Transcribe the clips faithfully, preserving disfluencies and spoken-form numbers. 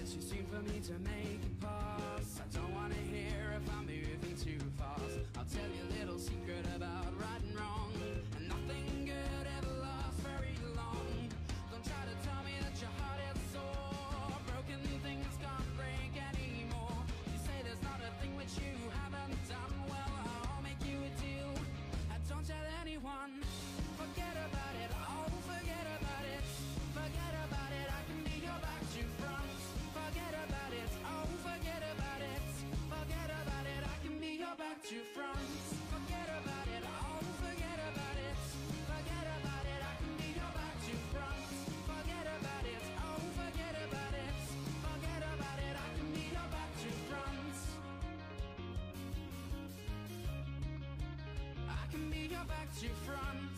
too soon for me to make it pause. I don't wanna hear if I'm moving too fast. I'll tell you a little secret about right and wrong, and nothing good ever lasts very long. Don't try to tell me that your heart is sore. Broken things can't break anymore. You say there's not a thing which you haven't done. Well, I'll make you a deal. I don't tell anyone. Forget about it, oh forget about it. Forget about it, I can be your back to front. Forget about it, oh forget about it. Forget about it, I can be your back to front. Forget about it, oh forget about it. Forget about it, I can be your back to front. Forget about it, oh forget about it. Forget about it, I can be your back to front. I can be your back to front.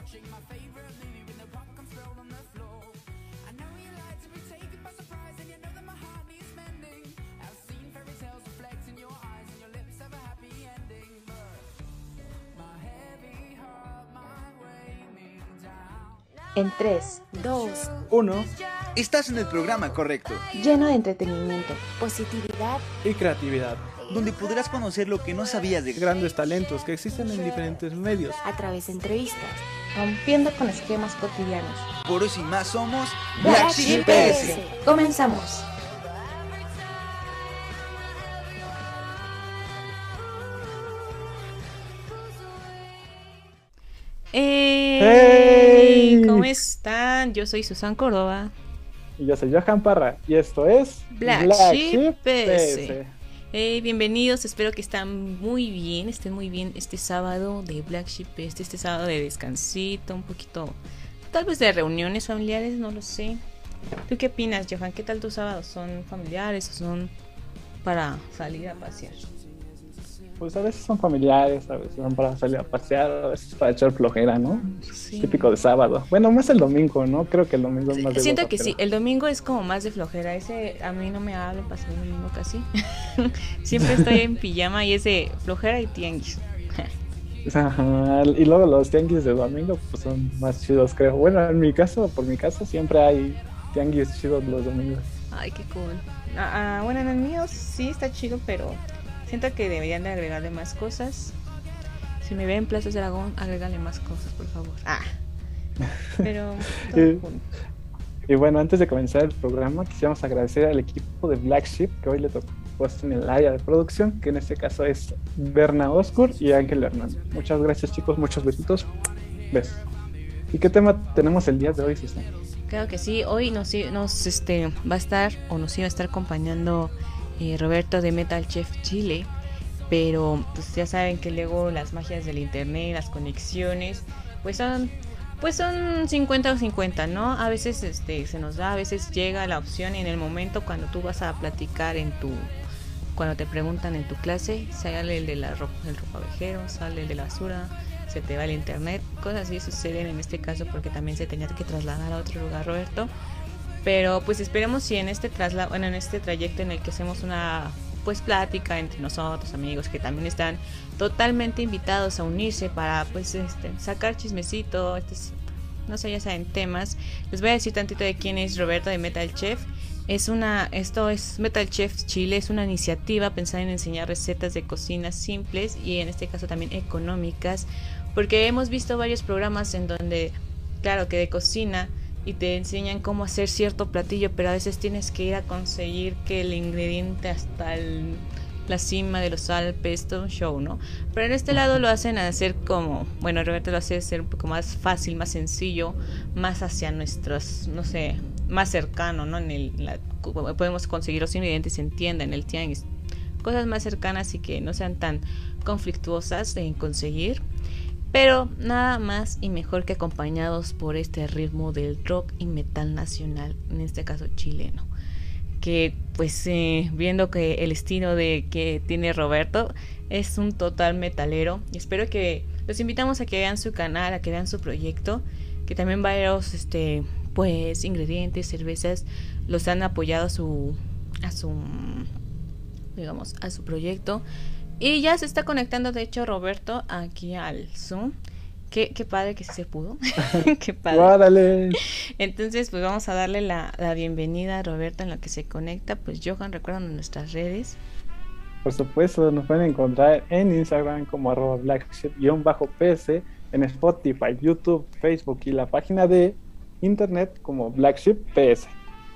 watching my favorite movie with no popcorn spilled on the floor. I know you like to be taken by surprise, and you know that my heart needs mending. I've seen fairy tales reflect in your eyes, and your lips have a happy ending. But my heavy heart might weigh me down. En tres, dos, uno. Estás en el programa correcto, lleno de entretenimiento, positividad Y creatividad. donde podrás conocer lo que no sabías de Grandes talentos que existen en diferentes medios. a través de entrevistas. rompiendo con esquemas cotidianos. Por eso y más somos Black Black Sheep Sheep P P S. S. Comenzamos. ¡Hey! ¡Hey! ¿Cómo están? Yo soy Susan Córdoba. Y yo soy Johan Parra. Y esto es Black Sheep P S. Hey, bienvenidos, espero que estén muy bien, estén muy bien este sábado de Black Sheep P S, este sábado de descansito, un poquito, tal vez de reuniones familiares, no lo sé. ¿Tú qué opinas, Johan? ¿Qué tal tus sábados? ¿Son familiares o son para salir a pasear? Pues a veces son familiares, a veces son para salir a pasear, a veces para echar flojera, ¿no? Sí. Típico de sábado. Bueno, más el domingo, ¿no? Creo que el domingo es más de Siento hueva, que pero- sí, el domingo es como más de flojera, ese a mí no me habla pasar el domingo casi. Siempre estoy en pijama y es de flojera y tianguis. Ajá, y luego los tianguis de domingo pues son más chidos, creo. Bueno, en mi caso, por mi caso, siempre hay tianguis chidos los domingos. Ay, qué cool. Ah, ah, bueno, en el mío sí está chido, pero siento que deberían de agregarle más cosas. Si me ven en Plaza de Aragón, agrégale más cosas, por favor. Ah, pero todo Sí. cool. Y bueno, antes de comenzar el programa, quisiéramos agradecer al equipo de Black Sheep que hoy le tocó puesto en el área de producción, que en este caso es Berna Oscur y Ángel Hernández. Muchas gracias, chicos, muchos besitos. Besos. ¿Y qué tema tenemos el día de hoy, Susana? Claro que sí, hoy nos, nos este, va a estar o nos iba a estar acompañando eh, Roberto de Metal Chef Chile, pero pues ya saben que luego las magias del internet, las conexiones, pues son pues son cincuenta o cincuenta, ¿no? A veces este se nos da, a veces llega la opción en el momento cuando tú vas a platicar en tu cuando te preguntan en tu clase, sale el de la ropa, el ropavejero, sale el de la basura, se te va el internet, cosas así suceden en este caso porque también se tenía que trasladar a otro lugar, Roberto. Pero pues esperemos si en este traslado, bueno, en este trayecto en el que hacemos una pues plática entre nosotros, amigos que también están totalmente invitados a unirse para pues este sacar chismecito, este, no sé, ya saben, temas. Les voy a decir tantito de quién es Roberto de Metal Chef. Es una, esto es Metal Chef Chile, es una iniciativa pensada en enseñar recetas de cocina simples y en este caso también económicas, porque hemos visto varios programas en donde, claro, que de cocina y te enseñan cómo hacer cierto platillo, pero a veces tienes que ir a conseguir que el ingrediente hasta el, la cima de los Alpes, todo un show, ¿no? Pero en este lado lo hacen hacer como, bueno, Roberto lo hace hacer un poco más fácil, más sencillo, más hacia nuestros, no sé, más cercano, ¿no? En el, la, podemos conseguir los ingredientes en tienda, en el tianguis, cosas más cercanas y que no sean tan conflictuosas en conseguir. Pero nada más y mejor que acompañados por este ritmo del rock y metal nacional, en este caso chileno. Que pues eh, viendo que el estilo de que tiene Roberto es un total metalero. Y espero que los invitamos a que vean su canal, a que vean su proyecto. Que también varios este, pues ingredientes, cervezas los han apoyado a su, a su digamos, a su proyecto. Y ya se está conectando, de hecho, Roberto aquí al Zoom. Qué, qué padre que sí se pudo. Qué padre. ¡Órale! Entonces, pues vamos a darle la, la bienvenida a Roberto en lo que se conecta. Pues Johan, recuerdan nuestras redes. Por supuesto, nos pueden encontrar en Instagram como arroba blackship-P S, en Spotify, YouTube, Facebook y la página de internet como Black Sheep P S.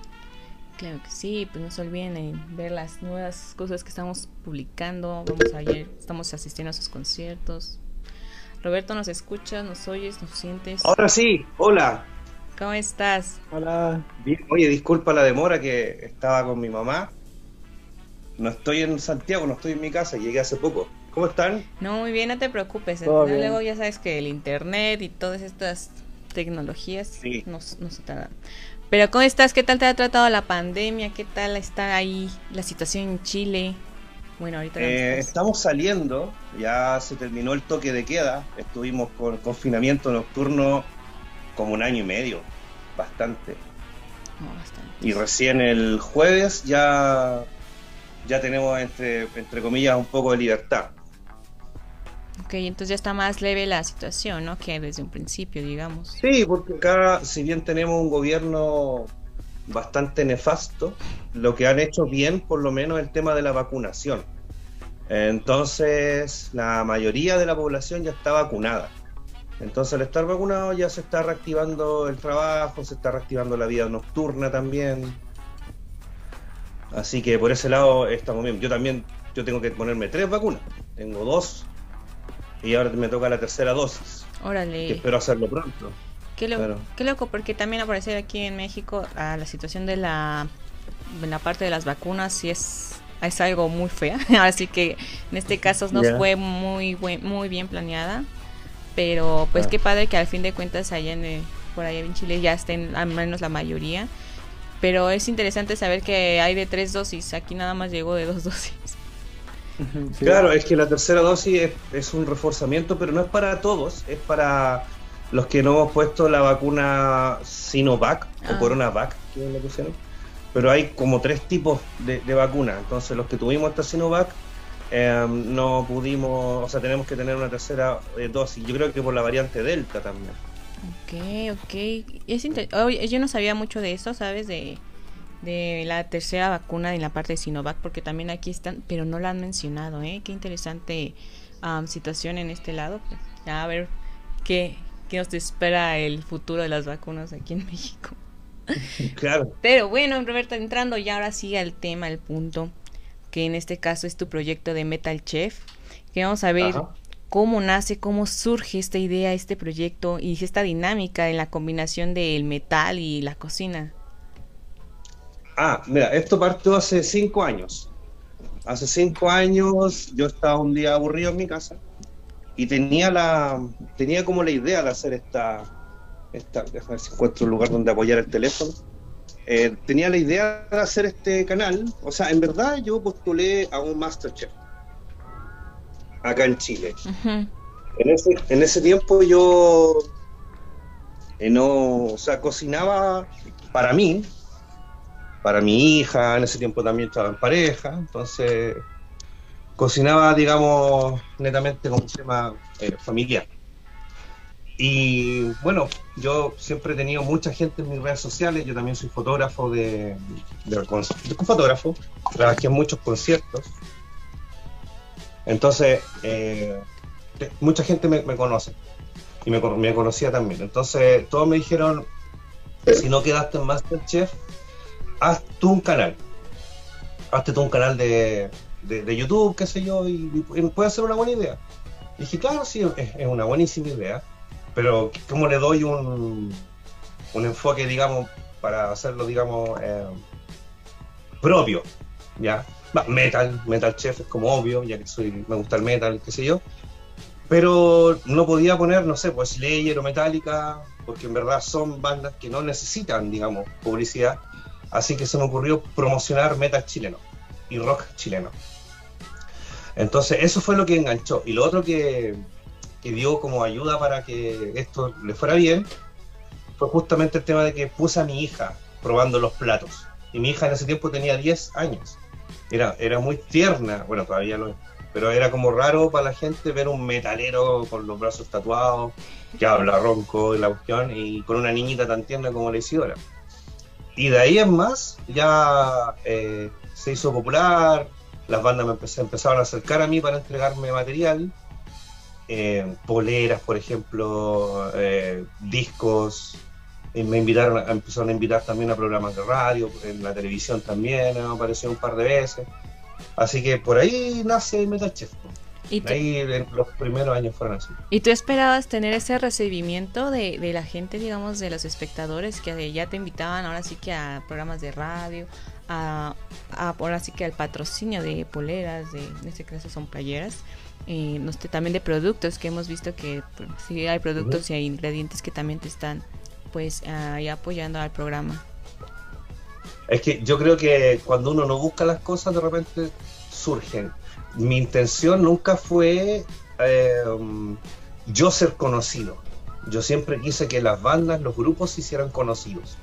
Claro que sí, pues no se olviden en ver las nuevas cosas que estamos publicando. Vamos a ir, estamos asistiendo a sus conciertos. Roberto, ¿nos escuchas, nos oyes, nos sientes? Ahora sí, hola. ¿Cómo estás? Hola. Bien, oye, disculpa la demora que estaba con mi mamá. No estoy en Santiago, no estoy en mi casa, llegué hace poco. ¿Cómo están? No, muy bien, no te preocupes. Al Todo final bien. luego ya sabes que el internet y todas estas tecnologías Sí. nos, nos tardan. Pero ¿cómo estás? ¿Qué tal te ha tratado la pandemia? ¿Qué tal está ahí la situación en Chile? Bueno, ahorita Eh, vamos. estamos saliendo, ya se terminó el toque de queda, estuvimos con confinamiento nocturno como un año y medio, bastante. No, bastante. Y recién el jueves ya, ya tenemos, entre, entre comillas, un poco de libertad. Ok, entonces ya está más leve la situación, ¿no? Que desde un principio, digamos. Sí, porque acá, si bien tenemos un gobierno bastante nefasto, lo que han hecho bien, por lo menos, el tema de la vacunación. Entonces, la mayoría de la población ya está vacunada. Entonces, al estar vacunado ya se está reactivando el trabajo, se está reactivando la vida nocturna también. Así que por ese lado estamos bien. Yo también, yo tengo que ponerme tres vacunas. Tengo dos y ahora me toca la tercera dosis. Órale. Que espero hacerlo pronto. Qué, lo- Claro. qué loco, porque también aparecer aquí en México a la situación de la, de la parte de las vacunas sí es, es algo muy fea. Así que en este caso nos Ya. fue muy buen, muy bien planeada. Pero pues Ah. qué padre que al fin de cuentas allá en el- por allá en Chile ya estén al menos la mayoría. Pero es interesante saber que hay de tres dosis. Aquí nada más llegó de dos dosis. Sí. Claro, es que la tercera dosis es, es un reforzamiento, pero no es para todos, es para los que no hemos puesto la vacuna Sinovac Ah. o CoronaVac, que le pusieron. Pero hay como tres tipos de, de vacuna. Entonces, los que tuvimos esta Sinovac eh, no pudimos, o sea, tenemos que tener una tercera eh, dosis. Yo creo que por la variante Delta también. Ok, ok. Es inter- Oye, yo no sabía mucho de eso, ¿sabes? De, de la tercera vacuna en la parte de Sinovac, porque también aquí están, pero no la han mencionado, ¿eh? Qué interesante am, situación en este lado. Pues, ya a ver qué, qué nos espera el futuro de las vacunas aquí en México. Claro. Pero bueno, Roberto, entrando ya ahora sí al tema, al punto, que en este caso es tu proyecto de Metal Chef, que vamos a ver Ajá. cómo nace, cómo surge esta idea, este proyecto y esta dinámica en la combinación del metal y la cocina. Ah, mira, esto partió hace cinco años. Hace cinco años yo estaba un día aburrido en mi casa y tenía la tenía como la idea de hacer esta, esta déjame ver si encuentro un lugar donde apoyar el teléfono. Eh, tenía la idea de hacer este canal. O sea, en verdad yo postulé a un MasterChef acá en Chile. Ujú. En ese, en ese tiempo yo eh, no, o sea, cocinaba para mí, para mi hija. En ese tiempo también estaba en pareja, entonces cocinaba, digamos, netamente con un tema eh, familiar. Y bueno, yo siempre he tenido mucha gente en mis redes sociales. Yo también soy fotógrafo de, de, de fotógrafo, trabajé en muchos conciertos. Entonces, eh, te- mucha gente me, me conoce y me, cono- me conocía también. Entonces, todos me dijeron: si no quedaste en MasterChef, haz tú un canal. Hazte tú un canal de, de, de YouTube, qué sé yo, y, y puede ser una buena idea. Y dije, claro, sí, es, es una buenísima idea, pero ¿cómo le doy un, un enfoque, digamos, para hacerlo, digamos, eh, propio? ¿Ya? Va, metal, Metal Chef es como obvio, ya que soy, me gusta el metal, qué sé yo. Pero no podía poner, no sé, pues Slayer o Metallica, porque en verdad son bandas que no necesitan, digamos, publicidad. Así que se me ocurrió promocionar metal chileno y rock chileno. Entonces eso fue lo que enganchó. Y lo otro que, que dio como ayuda para que esto le fuera bien fue justamente el tema de que puse a mi hija probando los platos. Y mi hija en ese tiempo tenía diez años. Era, era muy tierna, bueno, todavía lo es, pero era como raro para la gente ver un metalero con los brazos tatuados, que habla ronco y la cuestión, y con una niñita tan tierna como la Isidora. Y de ahí en más ya eh, se hizo popular, las bandas me empecé, empezaron a acercar a mí para entregarme material, eh, poleras, por ejemplo, eh, discos, y me invitaron, a, empezaron a invitar también a programas de radio, en la televisión también, me apareció un par de veces. Así que por ahí nace Metal Chef. ¿Y tú, Ahí en los primeros años fueron así. ¿Y tú esperabas tener ese recibimiento de, de la gente, digamos, de los espectadores que ya te invitaban ahora sí que a programas de radio, a, a ahora sí que al patrocinio de poleras, de, en este caso son playeras, eh, no sé, también de productos que hemos visto que pues, sí hay productos uh-huh. y hay ingredientes que también te están pues ahí apoyando al programa? Es que yo creo que cuando uno no busca las cosas, de repente surgen. mi intención nunca fue eh, yo ser conocido. Yo siempre quise que las bandas, los grupos se hicieran conocidos.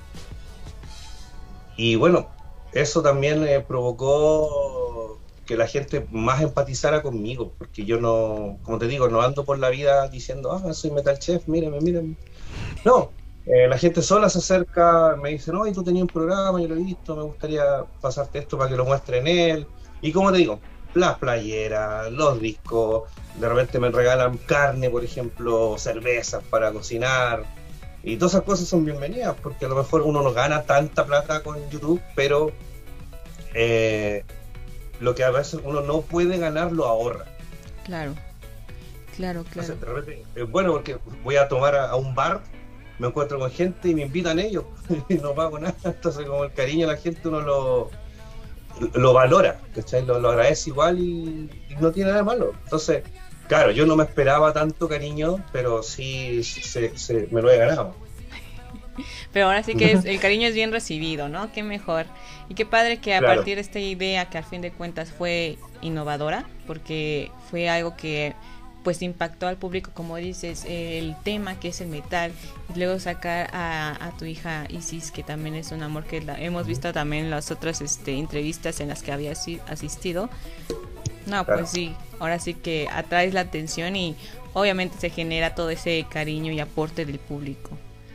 Y bueno, eso también eh, provocó que la gente más empatizara conmigo, porque yo no, como te digo, no ando por la vida diciendo, ah, soy Metal Chef, mírame, mírame. No, eh, la gente sola se acerca, me dice, no, y tú tenías un programa, yo lo he visto, me gustaría pasarte esto para que lo muestre en él. Y como te digo, las playeras, los discos, de repente me regalan carne, por ejemplo, cervezas para cocinar, y todas esas cosas son bienvenidas, porque a lo mejor uno no gana tanta plata con YouTube, pero eh, lo que a veces uno no puede ganar lo ahorra. Claro, claro, claro. Entonces, de repente, es bueno porque voy a tomar a, a un bar, me encuentro con gente y me invitan ellos, y no pago nada, entonces como el cariño de la gente uno lo... lo valora, ¿cachai? Lo, lo agradece igual y, y no tiene nada de malo. Entonces, claro, yo no me esperaba tanto cariño, pero sí, sí se, se, me lo he ganado. Pero ahora sí que es, el cariño es bien recibido, ¿no? Qué mejor. Y qué padre que a Claro. partir de esta idea, que al fin de cuentas fue innovadora, porque fue algo que pues impactó al público, como dices, el tema que es el metal, y luego sacar a, a tu hija Isis, que también es un amor que la, hemos visto también en las otras este, entrevistas en las que había asi- asistido. No, Claro. pues sí, ahora sí que atraes la atención y obviamente se genera todo ese cariño y aporte del público.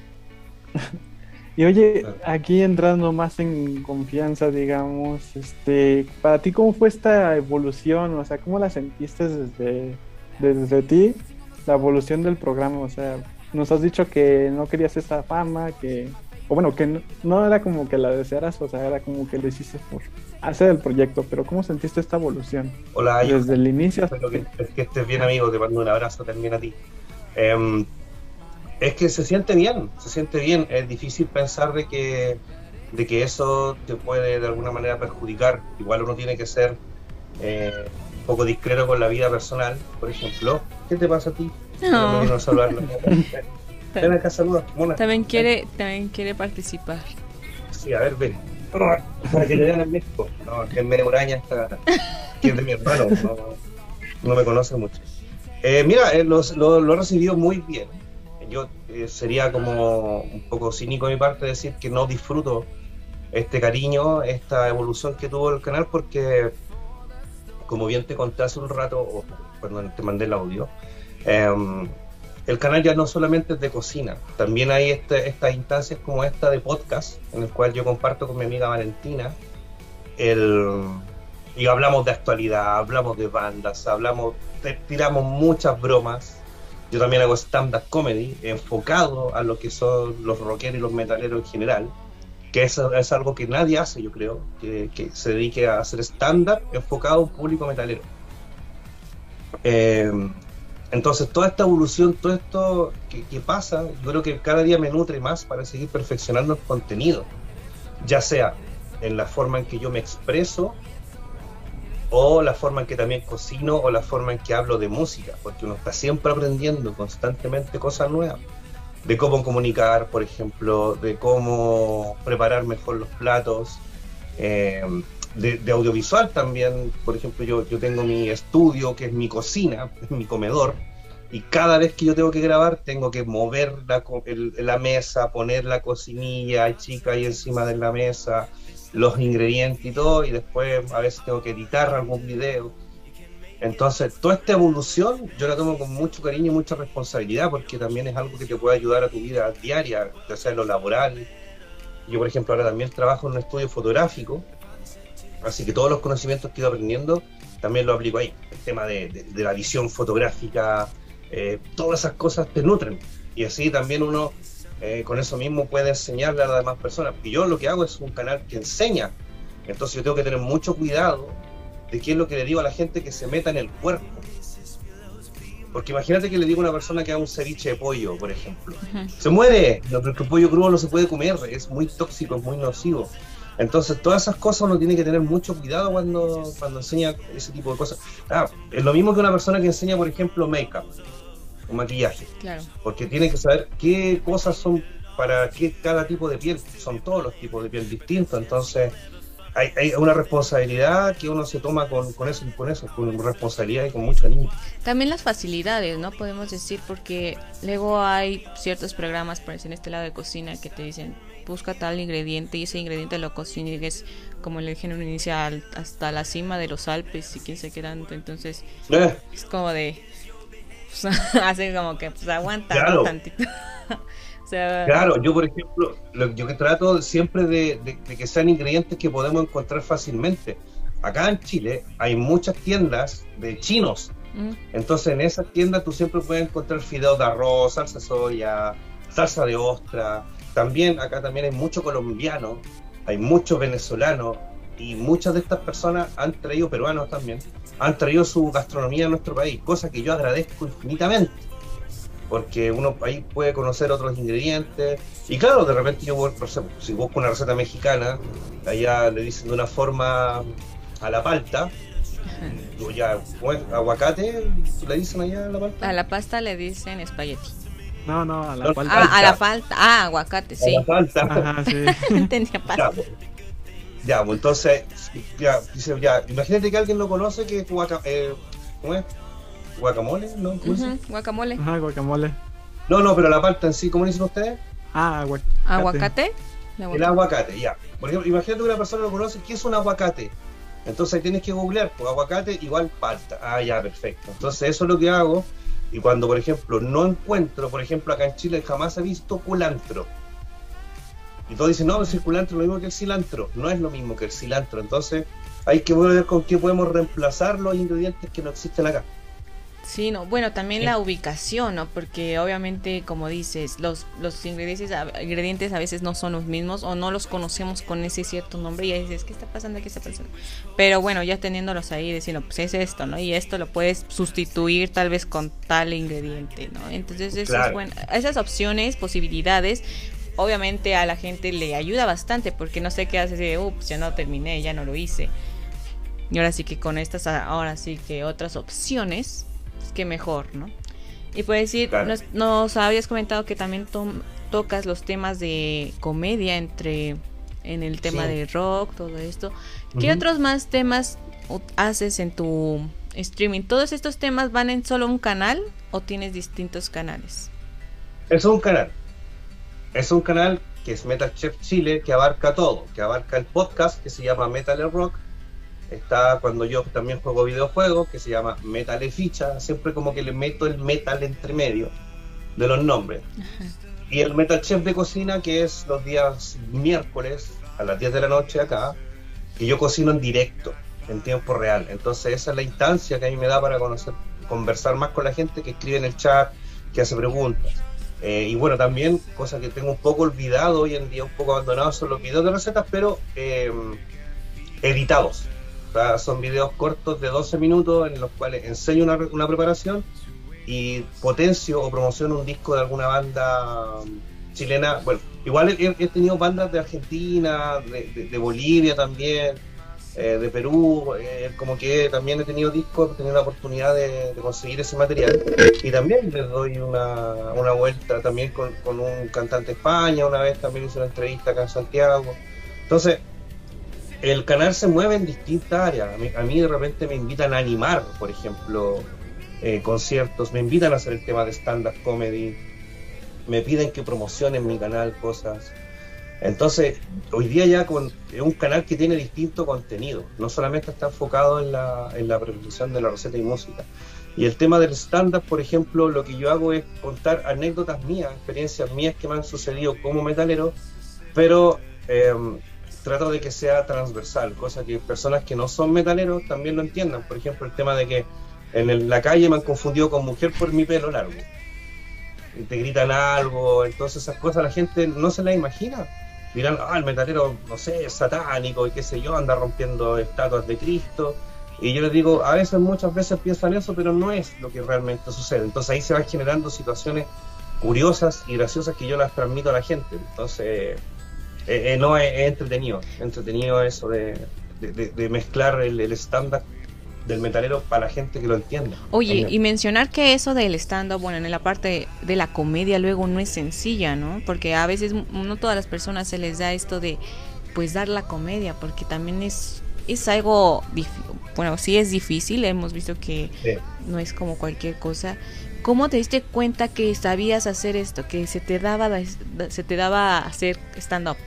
Y oye, aquí entrando más en confianza, digamos, este, para ti, ¿cómo fue esta evolución? O sea, ¿cómo la sentiste desde, desde ti, la evolución del programa? O sea, nos has dicho que no querías esta fama, que, o bueno, que no, no era como que la desearas, o sea, era como que lo hiciste por hacer el proyecto, pero ¿cómo sentiste esta evolución? Hola, yo Desde el inicio hasta espero que, que estés bien, amigo, te mando un abrazo también a ti. Eh, es que se siente bien, se siente bien. Es difícil pensar de que, de que eso te puede de alguna manera perjudicar. Igual uno tiene que ser eh, un poco discreto con la vida personal, por ejemplo. ¿Qué te pasa a ti? No. No vino a saludarlo. Ven acá, saluda, mona. También quiere, también quiere participar. Sí, a ver, ven. Para que le vean en México. No, es que es medio huraña esta. Que es de mi hermano, no, no me conoce mucho. Eh, mira, eh, los- lo, lo he recibido muy bien. Yo eh, sería como un poco cínico de mi parte decir que no disfruto este cariño, esta evolución que tuvo el canal, porque como bien te conté hace un rato, o cuando te mandé el audio, eh, el canal ya no solamente es de cocina, también hay este, estas instancias como esta de podcast, en el cual yo comparto con mi amiga Valentina, el, y hablamos de actualidad, hablamos de bandas, hablamos, te- tiramos muchas bromas. Yo también hago stand-up comedy enfocado a lo que son los rockeros y los metaleros en general, que eso es algo que nadie hace, yo creo, que, que se dedique a hacer stand-up enfocado a un público metalero. Eh, entonces, toda esta evolución, todo esto que, que pasa, yo creo que cada día me nutre más para seguir perfeccionando el contenido, ya sea en la forma en que yo me expreso, o la forma en que también cocino, o la forma en que hablo de música, porque uno está siempre aprendiendo constantemente cosas nuevas, de cómo comunicar, por ejemplo, de cómo preparar mejor los platos, eh, de, de audiovisual también. Por ejemplo, yo, yo tengo mi estudio, que es mi cocina, es mi comedor, y cada vez que yo tengo que grabar tengo que mover la, co- el- la mesa, poner la cocinilla chica ahí encima de la mesa, los ingredientes y todo, y después a veces tengo que editar algún video. Entonces, toda esta evolución yo la tomo con mucho cariño y mucha responsabilidad, porque también es algo que te puede ayudar a tu vida diaria, ya sea en lo laboral. Yo, por ejemplo, ahora también trabajo en un estudio fotográfico, así que todos los conocimientos que he ido aprendiendo también lo aplico ahí. El tema de, de- de la visión fotográfica, eh, todas esas cosas te nutren, y así también uno eh, con eso mismo puede enseñarle a las demás personas. Y yo lo que hago es un canal que enseña, entonces yo tengo que tener mucho cuidado de qué es lo que le digo a la gente que se meta en el cuerpo. Porque imagínate que le digo a una persona que haga un ceviche de pollo, por ejemplo. Ujú. Se muere, porque el pollo crudo no se puede comer, es muy tóxico, es muy nocivo. Entonces todas esas cosas uno tiene que tener mucho cuidado cuando, cuando enseña ese tipo de cosas. Ah, es lo mismo que una persona que enseña, por ejemplo, make-up o maquillaje, Claro. porque tiene que saber qué cosas son para qué cada tipo de piel. Son todos los tipos de piel distintos, entonces hay, hay una responsabilidad que uno se toma con, con eso, con eso, con responsabilidad y con mucho ánimo. También las facilidades, ¿no? Podemos decir, porque luego hay ciertos programas, por ejemplo, en este lado de cocina, que te dicen, busca tal ingrediente y ese ingrediente lo consigues, como le dije en un inicial, hasta la cima de los Alpes y quién se quedan. Entonces, Eh. es como de... Pues, hace como que, pues, aguanta, Claro. ¿no? Tantito. O sea, Claro, yo por ejemplo, lo, yo que trato siempre de, de, de que sean ingredientes que podemos encontrar fácilmente. Acá en Chile hay muchas tiendas de chinos, mm, entonces en esas tiendas tú siempre puedes encontrar fideos de arroz, salsa de soya, salsa de ostra. También acá también hay mucho colombiano, hay mucho venezolano y muchas de estas personas han traído, peruanos también, han traído su gastronomía a nuestro país, cosa que yo agradezco infinitamente. Porque uno ahí puede conocer otros ingredientes. Y claro, de repente yo, no sé, si busco una receta mexicana, allá le dicen de una forma a la palta, o ya, bueno, aguacate, le dicen allá a la palta. a la pasta le dicen espagueti. No, no, a la No, falta. Ah, a Palta. la falta. Ah, aguacate, A sí. la palta. Ajá, sí. Tenía pasta. Ya, pues. Ya, pues entonces, ya, dice, ya, imagínate que alguien lo conoce que es guaca, eh, ¿cómo es? ¿Guacamole? ¿No? ¿Cómo dice? Ujú, guacamole. Ajá, guacamole. No, no, pero la palta en sí, ¿cómo dicen ustedes? Ah, aguacate. Aguacate. La El aguacate, ya. Por ejemplo, imagínate que una persona lo conoce, ¿qué es un aguacate? Entonces ahí tienes que googlear, pues aguacate igual palta. Ah, ya, perfecto. Entonces eso es lo que hago. Y cuando, por ejemplo, no encuentro, por ejemplo, acá en Chile jamás he visto culantro. Y todos dicen, no, pues el culantro es lo mismo que el cilantro. No es lo mismo que el cilantro. Entonces hay que ver con qué podemos reemplazar los ingredientes que no existen acá. Sí, no, bueno, también Sí. la ubicación, ¿no? Porque obviamente, como dices, los, los ingredientes, a, ingredientes a veces no son los mismos o no los conocemos con ese cierto nombre y ahí dices, ¿qué está pasando? ¿Qué está pasando? Pero bueno, ya teniéndolos ahí, diciendo, pues es esto, ¿no? Y esto lo puedes sustituir tal vez con tal ingrediente, ¿no? Entonces, eso Claro. es bueno. Esas opciones, posibilidades, obviamente a la gente le ayuda bastante porque no sé qué hace, de, ups, ya no terminé, ya no lo hice. Y ahora sí que con estas, ahora sí que otras opciones, pues que mejor, ¿no? Y puedes decir, Claro. nos, nos habías comentado que también to- tocas los temas de comedia entre en el tema Sí. de rock, todo esto. ¿Qué Ujú. otros más temas u- haces en tu streaming? ¿Todos estos temas van en solo un canal o tienes distintos canales? Es un canal. Es un canal que es Metal Chef Chile, que abarca todo, que abarca el podcast que se llama Metal and Rock. Está cuando yo también juego videojuegos, que se llama Metal e Ficha, siempre como que le meto el metal entre medio de los nombres. Y el Metal Chef de cocina, que es los días miércoles a las diez de la noche acá, que yo cocino en directo, en tiempo real. Entonces esa es la instancia que a mí me da para conocer, conversar más con la gente que escribe en el chat, que hace preguntas. Eh, y bueno, también, cosa que tengo un poco olvidado hoy en día, un poco abandonado, son los videos de recetas, pero eh, editados. O sea, son videos cortos de doce minutos en los cuales enseño una, una preparación y potencio o promociono un disco de alguna banda chilena. Bueno, igual he, he tenido bandas de Argentina, de, de, de Bolivia también, eh, de Perú, eh, como que también he tenido discos, he tenido la oportunidad de, de conseguir ese material. Y también les doy una, una vuelta también con, con un cantante de España, una vez también hice una entrevista acá en Santiago. Entonces, el canal se mueve en distintas áreas. A mí, a mí de repente me invitan a animar, por ejemplo, eh, conciertos, me invitan a hacer el tema de stand-up comedy, me piden que promocionen mi canal, cosas. Entonces, hoy día ya con, es un canal que tiene distinto contenido, no solamente está enfocado en la, en la preparación de la receta y música. Y el tema del stand-up, por ejemplo, lo que yo hago es contar anécdotas mías, experiencias mías que me han sucedido como metalero, pero eh, trato de que sea transversal, cosa que personas que no son metaleros también lo entiendan. Por ejemplo, el tema de que en el- la calle me han confundido con mujer por mi pelo largo. Y te gritan algo, entonces esas cosas la gente no se las imagina. Dirán, ah, el metalero, no sé, es satánico y qué sé yo, anda rompiendo estatuas de Cristo. Y yo les digo, a veces, muchas veces piensan eso, pero no es lo que realmente sucede. Entonces ahí se van generando situaciones curiosas y graciosas que yo las transmito a la gente. Entonces, eh, eh, no, es, es entretenido, entretenido eso de, de, de- de mezclar el, el stand-up del metalero para la gente que lo entienda. Oye, y mencionar que eso del stand-up, bueno, en la parte de la comedia luego no es sencilla, ¿no? Porque a veces no todas las personas se les da esto de pues dar la comedia, porque también es, es algo, bueno, sí es difícil, hemos visto que sí. No es como cualquier cosa. ¿Cómo te diste cuenta que sabías hacer esto, que se te daba, se te daba hacer stand-up?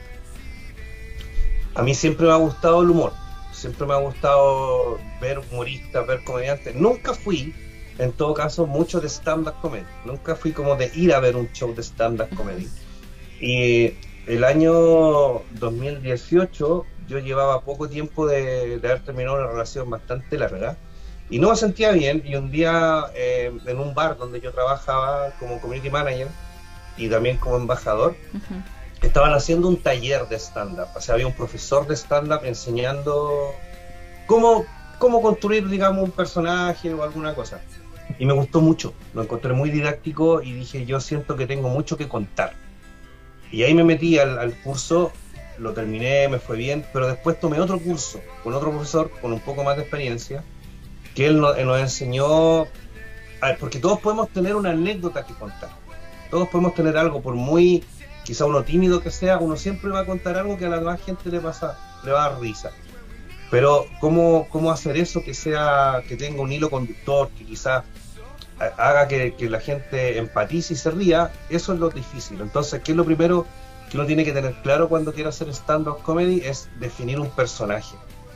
A mí siempre me ha gustado el humor, siempre me ha gustado ver humoristas, ver comediantes. Nunca fui, en todo caso, mucho de stand-up comedy. Nunca fui como de ir a ver un show de stand-up comedy. Y el año dos mil dieciocho yo llevaba poco tiempo de, de haber terminado una relación bastante larga y no me sentía bien, y un día eh, en un bar donde yo trabajaba como community manager y también como embajador, uh-huh. estaban haciendo un taller de stand-up. O sea, había un profesor de stand-up enseñando cómo, cómo construir, digamos, un personaje o alguna cosa. Y me gustó mucho, lo encontré muy didáctico y dije, yo siento que tengo mucho que contar. Y ahí me metí al, al curso, lo terminé, me fue bien, pero después tomé otro curso con otro profesor con un poco más de experiencia, que él nos, él nos enseñó, a ver, porque todos podemos tener una anécdota que contar, todos podemos tener algo, por muy quizá uno tímido que sea, uno siempre va a contar algo que a la demás gente le pasa, le va a dar risa. Pero cómo, cómo hacer eso que sea, que tenga un hilo conductor, que quizás haga que, que la gente empatice y se ría, eso es lo difícil. Entonces, ¿qué es lo primero que uno tiene que tener claro cuando quiere hacer stand-up comedy? Es definir un personaje.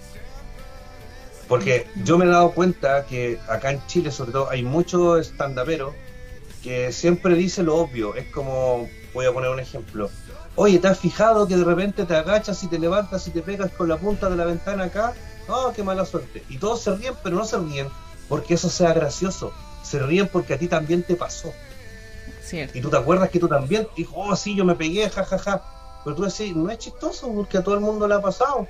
Porque yo me he dado cuenta que acá en Chile, sobre todo, hay muchos stand-uperos que siempre dicen lo obvio. Es como, voy a poner un ejemplo. Oye, ¿te has fijado que de repente te agachas y te levantas y te pegas con la punta de la ventana acá? ¡Oh, qué mala suerte! Y todos se ríen, pero no se ríen porque eso sea gracioso. Se ríen porque a ti también te pasó. Cierto. Y tú te acuerdas que tú también dijo, oh, sí, yo me pegué, jajaja. Ja, ja. Pero tú decís, no es chistoso porque a todo el mundo le ha pasado.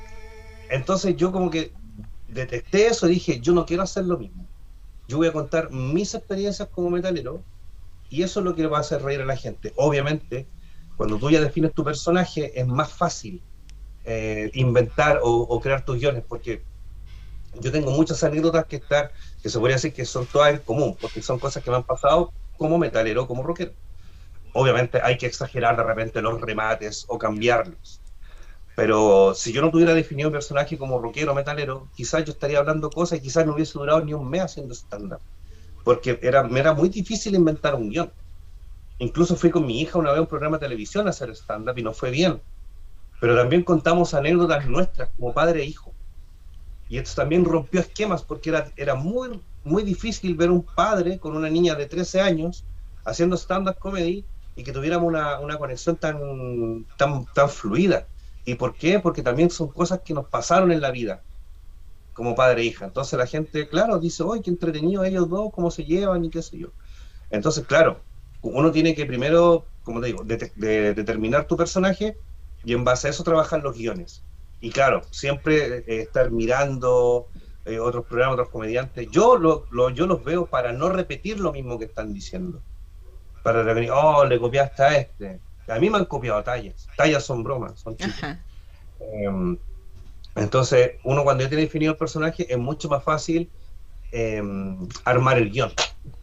Entonces yo como que detecté eso y dije, yo no quiero hacer lo mismo. Yo voy a contar mis experiencias como metalero y eso es lo que va a hacer reír a la gente. Obviamente, cuando tú ya defines tu personaje, es más fácil eh, inventar o, o crear tus guiones, porque yo tengo muchas anécdotas que están, que se podría decir que son todas en común, porque son cosas que me han pasado como metalero, como rockero. Obviamente hay que exagerar de repente los remates o cambiarlos, pero si yo no tuviera definido un personaje como rockero o metalero, quizás yo estaría hablando cosas y quizás no hubiese durado ni un mes haciendo stand-up, porque era, me era muy difícil inventar un guión. Incluso fui con mi hija una vez a un programa de televisión a hacer stand-up y nos fue bien, pero también contamos anécdotas nuestras como padre e hijo. Y esto también rompió esquemas porque era, era muy, muy difícil ver un padre con una niña de trece años haciendo stand-up comedy y que tuviéramos una, una conexión tan, tan, tan fluida. ¿Y por qué? Porque también son cosas que nos pasaron en la vida como padre e hija. Entonces la gente, claro, dice, ¡ay, qué entretenido ellos dos, cómo se llevan y qué sé yo! Entonces, claro, uno tiene que primero, como te digo, de, de, determinar tu personaje y en base a eso trabajar los guiones. Y claro, siempre eh, estar mirando eh, otros programas, otros comediantes. Yo, lo, lo, yo los veo para no repetir lo mismo que están diciendo. Para repetir, oh, le copiaste a este. A mí me han copiado tallas. Tallas son bromas, son chistes. Eh, entonces, uno cuando ya tiene definido el personaje, es mucho más fácil eh, armar el guión.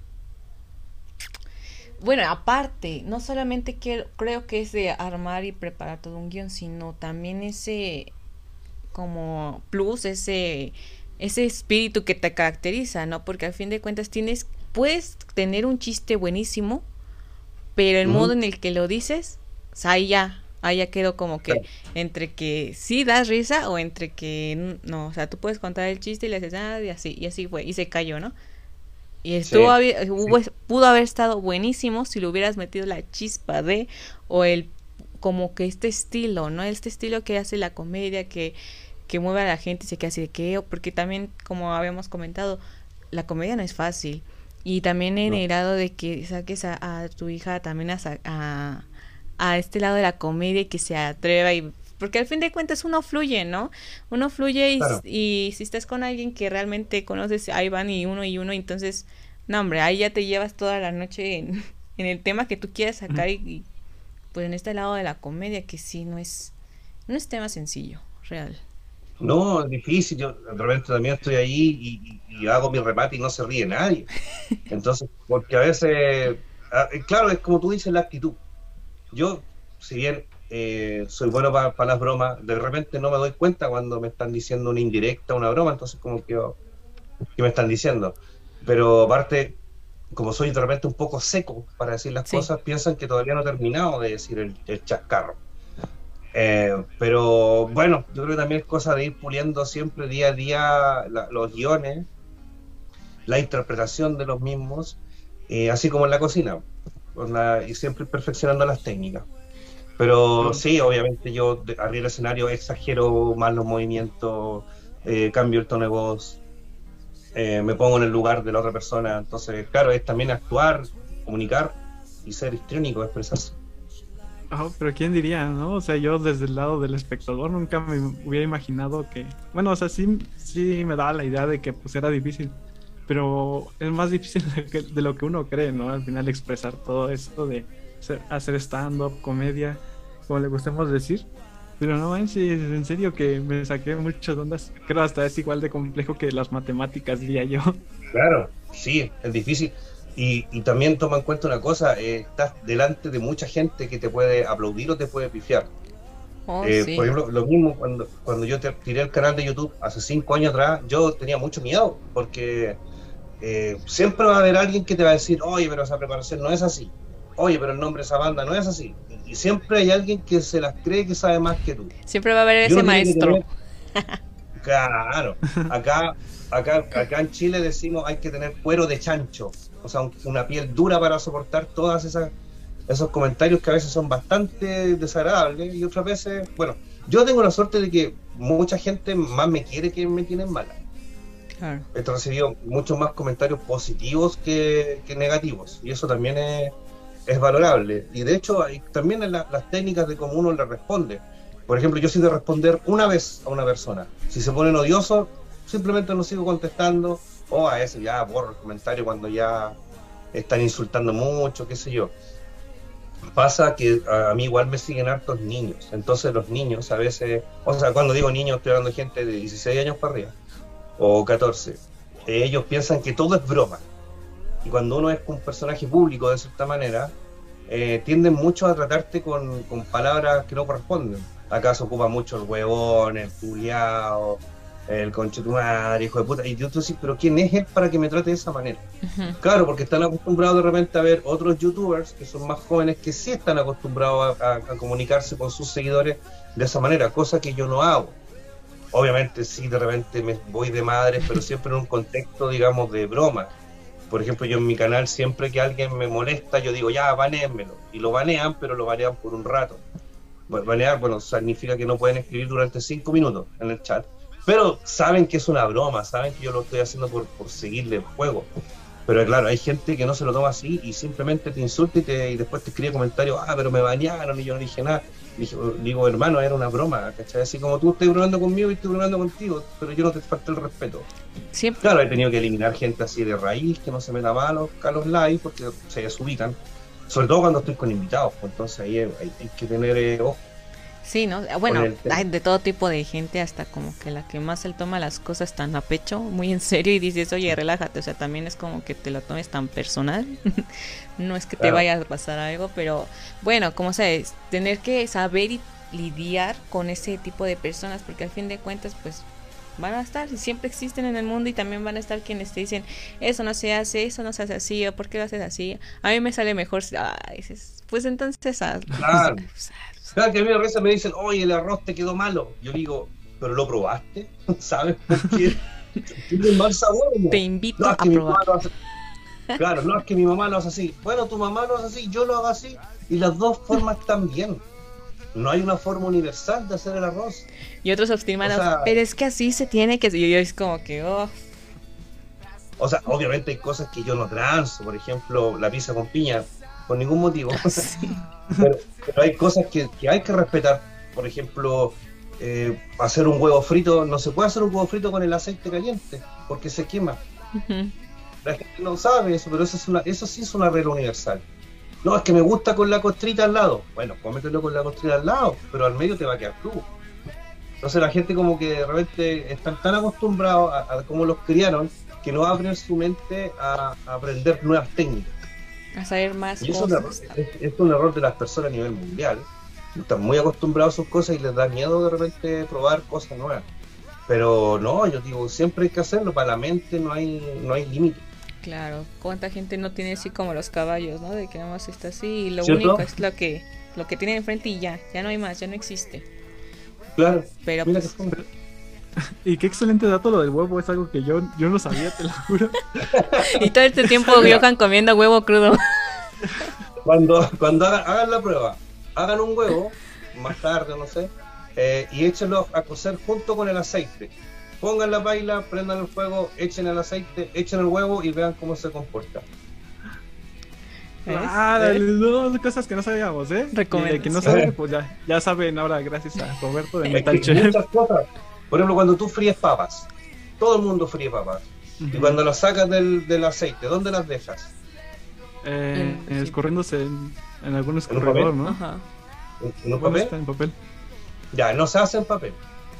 Bueno, aparte, no solamente quiero, creo que es de armar y preparar todo un guión, sino también ese como plus, ese ese espíritu que te caracteriza, ¿no? Porque al fin de cuentas tienes, puedes tener un chiste buenísimo, pero el uh-huh. modo en el que lo dices, o sea, ahí ya, ahí ya quedó como que claro. Entre que sí das risa o entre que no, o sea, tú puedes contar el chiste y le haces nada y así, y así fue, y se cayó, ¿no? Y estuvo, sí, hubo, sí. pudo haber estado buenísimo si le hubieras metido la chispa de, o el, como que este estilo, ¿no? Este estilo que hace la comedia, que, que mueve a la gente y se queda así de que, porque también, como habíamos comentado, la comedia no es fácil. Y también he generado no. de que saques a, a tu hija también a, a, a este lado de la comedia y que se atreva y... Porque al fin de cuentas uno fluye, ¿no? Uno fluye y, claro. y si estás con alguien que realmente conoces, ahí van y uno y uno, entonces, no hombre, ahí ya te llevas toda la noche en, en el tema que tú quieras sacar y, y pues en este lado de la comedia que sí, no es, no es tema sencillo, real. No, es difícil, yo de repente también estoy ahí y, y, y hago mi remate y no se ríe nadie. Entonces, porque a veces, claro, es como tú dices, la actitud. Yo, si bien eh, soy bueno para pa las bromas, de repente no me doy cuenta cuando me están diciendo una indirecta, una broma, entonces como que, oh, ¿qué me están diciendo? Pero aparte, como soy de repente un poco seco para decir las Sí. cosas, piensan que todavía no he terminado de decir el, el chascarro. Eh, pero bueno, yo creo que también es cosa de ir puliendo siempre día a día la, los guiones, la interpretación de los mismos, eh, así como en la cocina, con la, y siempre perfeccionando las técnicas. Pero sí, obviamente yo de, arriba del escenario exagero más los movimientos, eh, cambio el tono de voz, eh, me pongo en el lugar de la otra persona. Entonces, claro, es también actuar, comunicar y ser histriónico, expresarse. Oh, pero quién diría, ¿no? O sea, yo desde el lado del espectador nunca me hubiera imaginado que... Bueno, o sea, sí, sí me daba la idea de que pues era difícil, pero es más difícil de, que, de lo que uno cree, ¿no? Al final expresar todo esto de ser, hacer stand-up, comedia, como le gustemos decir. Pero no manches, en serio que me saqué muchas ondas. Creo hasta es igual de complejo que las matemáticas, diría yo. Claro, sí, es difícil. Y, y también toma en cuenta una cosa, eh, estás delante de mucha gente que te puede aplaudir o te puede pifiar. Oh, eh, sí. Por ejemplo, lo mismo cuando, cuando yo te tiré el canal de YouTube hace cinco años atrás, yo tenía mucho miedo, porque eh, siempre va a haber alguien que te va a decir, oye, pero esa preparación no es así, oye, pero el nombre de esa banda no es así. Y, y siempre hay alguien que se las cree que sabe más que tú. Siempre va a haber Yo ese no tiene que maestro. tener- Claro, acá, acá, acá en Chile decimos hay que tener cuero de chancho, o sea, un- una piel dura para soportar todas esas esos comentarios que a veces son bastante desagradables y otras veces, bueno, yo tengo la suerte de que mucha gente más me quiere que me tienen mala. Claro. He recibido muchos más comentarios positivos que, que negativos y eso también es, es valorable. Y de hecho hay también en la- las técnicas de cómo uno le responde. Por ejemplo, yo soy de responder una vez a una persona. Si se ponen odiosos, simplemente no sigo contestando, o a eso ya borro el comentario cuando ya están insultando mucho, qué sé yo. Pasa que a, a mí igual me siguen hartos niños, entonces los niños a veces, o sea, cuando digo niños estoy hablando de gente de dieciséis años para arriba, o catorce, eh, ellos piensan que todo es broma, y cuando uno es un personaje público de cierta manera, eh, tienden mucho a tratarte con, con palabras que no corresponden. Acá se ocupa mucho el huevón, el culiao, el conchetumare, hijo de puta, y yo tú decís, pero ¿quién es él para que me trate de esa manera? Ujú. Claro, porque están acostumbrados de repente a ver otros youtubers que son más jóvenes que sí están acostumbrados a, a- a comunicarse con sus seguidores de esa manera, cosa que yo no hago. Obviamente sí, de repente me voy de madre, pero siempre en un contexto, digamos, de broma. Por ejemplo, yo en mi canal siempre que alguien me molesta, yo digo, ya, banéenmelo. Y lo banean, pero lo banean por un rato. Bueno, banear, bueno, significa que no pueden escribir durante cinco minutos en el chat. Pero saben que es una broma, saben que yo lo estoy haciendo por, por seguirle el juego. Pero claro, hay gente que no se lo toma así y simplemente te insulta y, te, y después te escribe comentarios, ah, pero me banearon y yo no dije nada. Dije, digo, hermano, era una broma, ¿cachai? Así como tú estás bromeando conmigo y estoy bromeando contigo, pero yo no te falté el respeto. Siempre. Claro, he tenido que eliminar gente así de raíz, que no se meta mal a los, a los live, porque se desubican. Sobre todo cuando estoy con invitados, pues entonces ahí hay, hay que tener eh, ojo. Sí, ¿no? Bueno, Con el tema. hay de todo tipo de gente, hasta como que la que más se toma las cosas tan a pecho, muy en serio, y dices, oye, relájate, o sea, también es como que te lo tomes tan personal, no es que te Claro. vaya a pasar algo, pero bueno, como sabes, tener que saber y lidiar con ese tipo de personas, porque al fin de cuentas, pues van a estar y siempre existen en el mundo y también van a estar quienes te dicen, eso no se hace, eso no se hace así, o por qué lo haces así, a mí me sale mejor, si-". Ay, dices, pues entonces, haz- Claro. pues, Cada que a mí a veces me dicen, oye, el arroz te quedó malo. Yo digo, ¿pero lo probaste? ¿Sabes por qué? Tiene mal sabor, ¿no? te invito No, es a que mi probar. mamá lo hace- Claro, no es que mi mamá lo hace así. Bueno, tu mamá lo hace así, yo lo hago así. Y las dos formas están bien. No hay una forma universal de hacer el arroz. Y otros obstimados, O sea- pero es que así se tiene que... Y yo es como que, oh, O sea, obviamente hay cosas que yo no transo. Por ejemplo, la pizza con piña, por ningún motivo. sí. pero, pero hay cosas que, que hay que respetar. Por ejemplo, eh, hacer un huevo frito, no se puede hacer un huevo frito con el aceite caliente, porque se quema. Ujú. La gente no sabe eso, pero eso, es una, eso sí es una regla universal. No, es que me gusta con la costrita al lado. Bueno, cómetelo con la costrita al lado, pero al medio te va a quedar crudo. Entonces la gente como que de repente están tan acostumbrados a, a cómo los criaron, que no abren su mente a, a aprender nuevas técnicas. A saber más Y eso es un, error, cosas. es, es un error de las personas a nivel mundial, están muy acostumbrados a sus cosas y les da miedo de repente probar cosas nuevas. Pero no, yo digo, siempre hay que hacerlo, para la mente no hay, no hay límite. Claro, cuánta gente no tiene así como los caballos, ¿no? De que nada más está así y lo ¿Cierto? único es lo que lo que tiene enfrente y ya, ya no hay más, ya no existe. Claro, Pero mira pues, que- Y qué excelente dato lo del huevo, es algo que yo, yo no sabía, te lo juro. y todo este tiempo Johan comiendo huevo crudo. Cuando, cuando hagan, hagan la prueba, hagan un huevo, más tarde, no sé, eh, y échenlo a cocer junto con el aceite. Pongan la paila, prendan el fuego, echen el aceite, echen el huevo y vean cómo se comporta. ¿Ves? Ah, no, cosas que no sabíamos, ¿eh? Recomiendo. Y el que no sabe, pues ya, ya saben ahora, gracias a Roberto de Es Metal que Chef. muchas cosas. Por ejemplo, cuando tú fríes papas, todo el mundo fríe papas. Y cuando las sacas del, del aceite, ¿dónde las dejas? Eh, En- sí. escurriéndose en, en algún un escurridor, papel? ¿no? Ajá. ¿En, en un Bueno, papel? está en papel. Ya, no se hace en papel.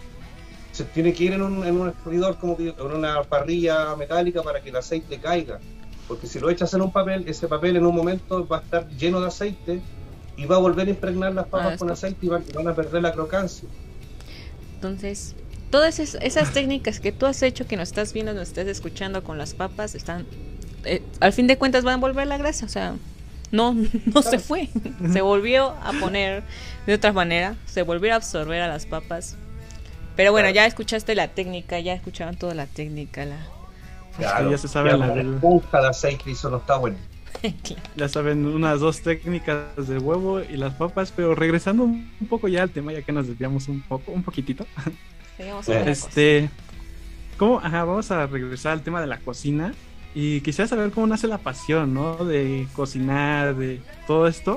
Se tiene que ir en un, en un escurridor, como que en una parrilla metálica para que el aceite caiga. Porque si lo echas en un papel, ese papel en un momento va a estar lleno de aceite y va a volver a impregnar las papas Ah, con esto. aceite y van, van a perder la crocancia. Entonces, todas es- esas técnicas que tú has hecho, que nos estás viendo, nos estás escuchando con las papas, están, eh, al fin de cuentas van a volver la grasa, o sea, no, no se fue, se volvió a poner de otra manera, se volvió a absorber a las papas. Pero bueno, Claro. ya escuchaste la técnica, ya escucharon toda la técnica, la... Claro, ya se sabe ya la con del- esponja de aceite y eso no está bueno. Claro. Ya saben, unas dos técnicas del huevo y las papas, pero regresando un un poco ya al tema, ya que nos desviamos un poco, un poquitito. Seguimos con otra cosa. Este, ¿cómo? Ajá, vamos a regresar al tema de la cocina. Y quisiera saber cómo nace la pasión, ¿no? De cocinar, de todo esto.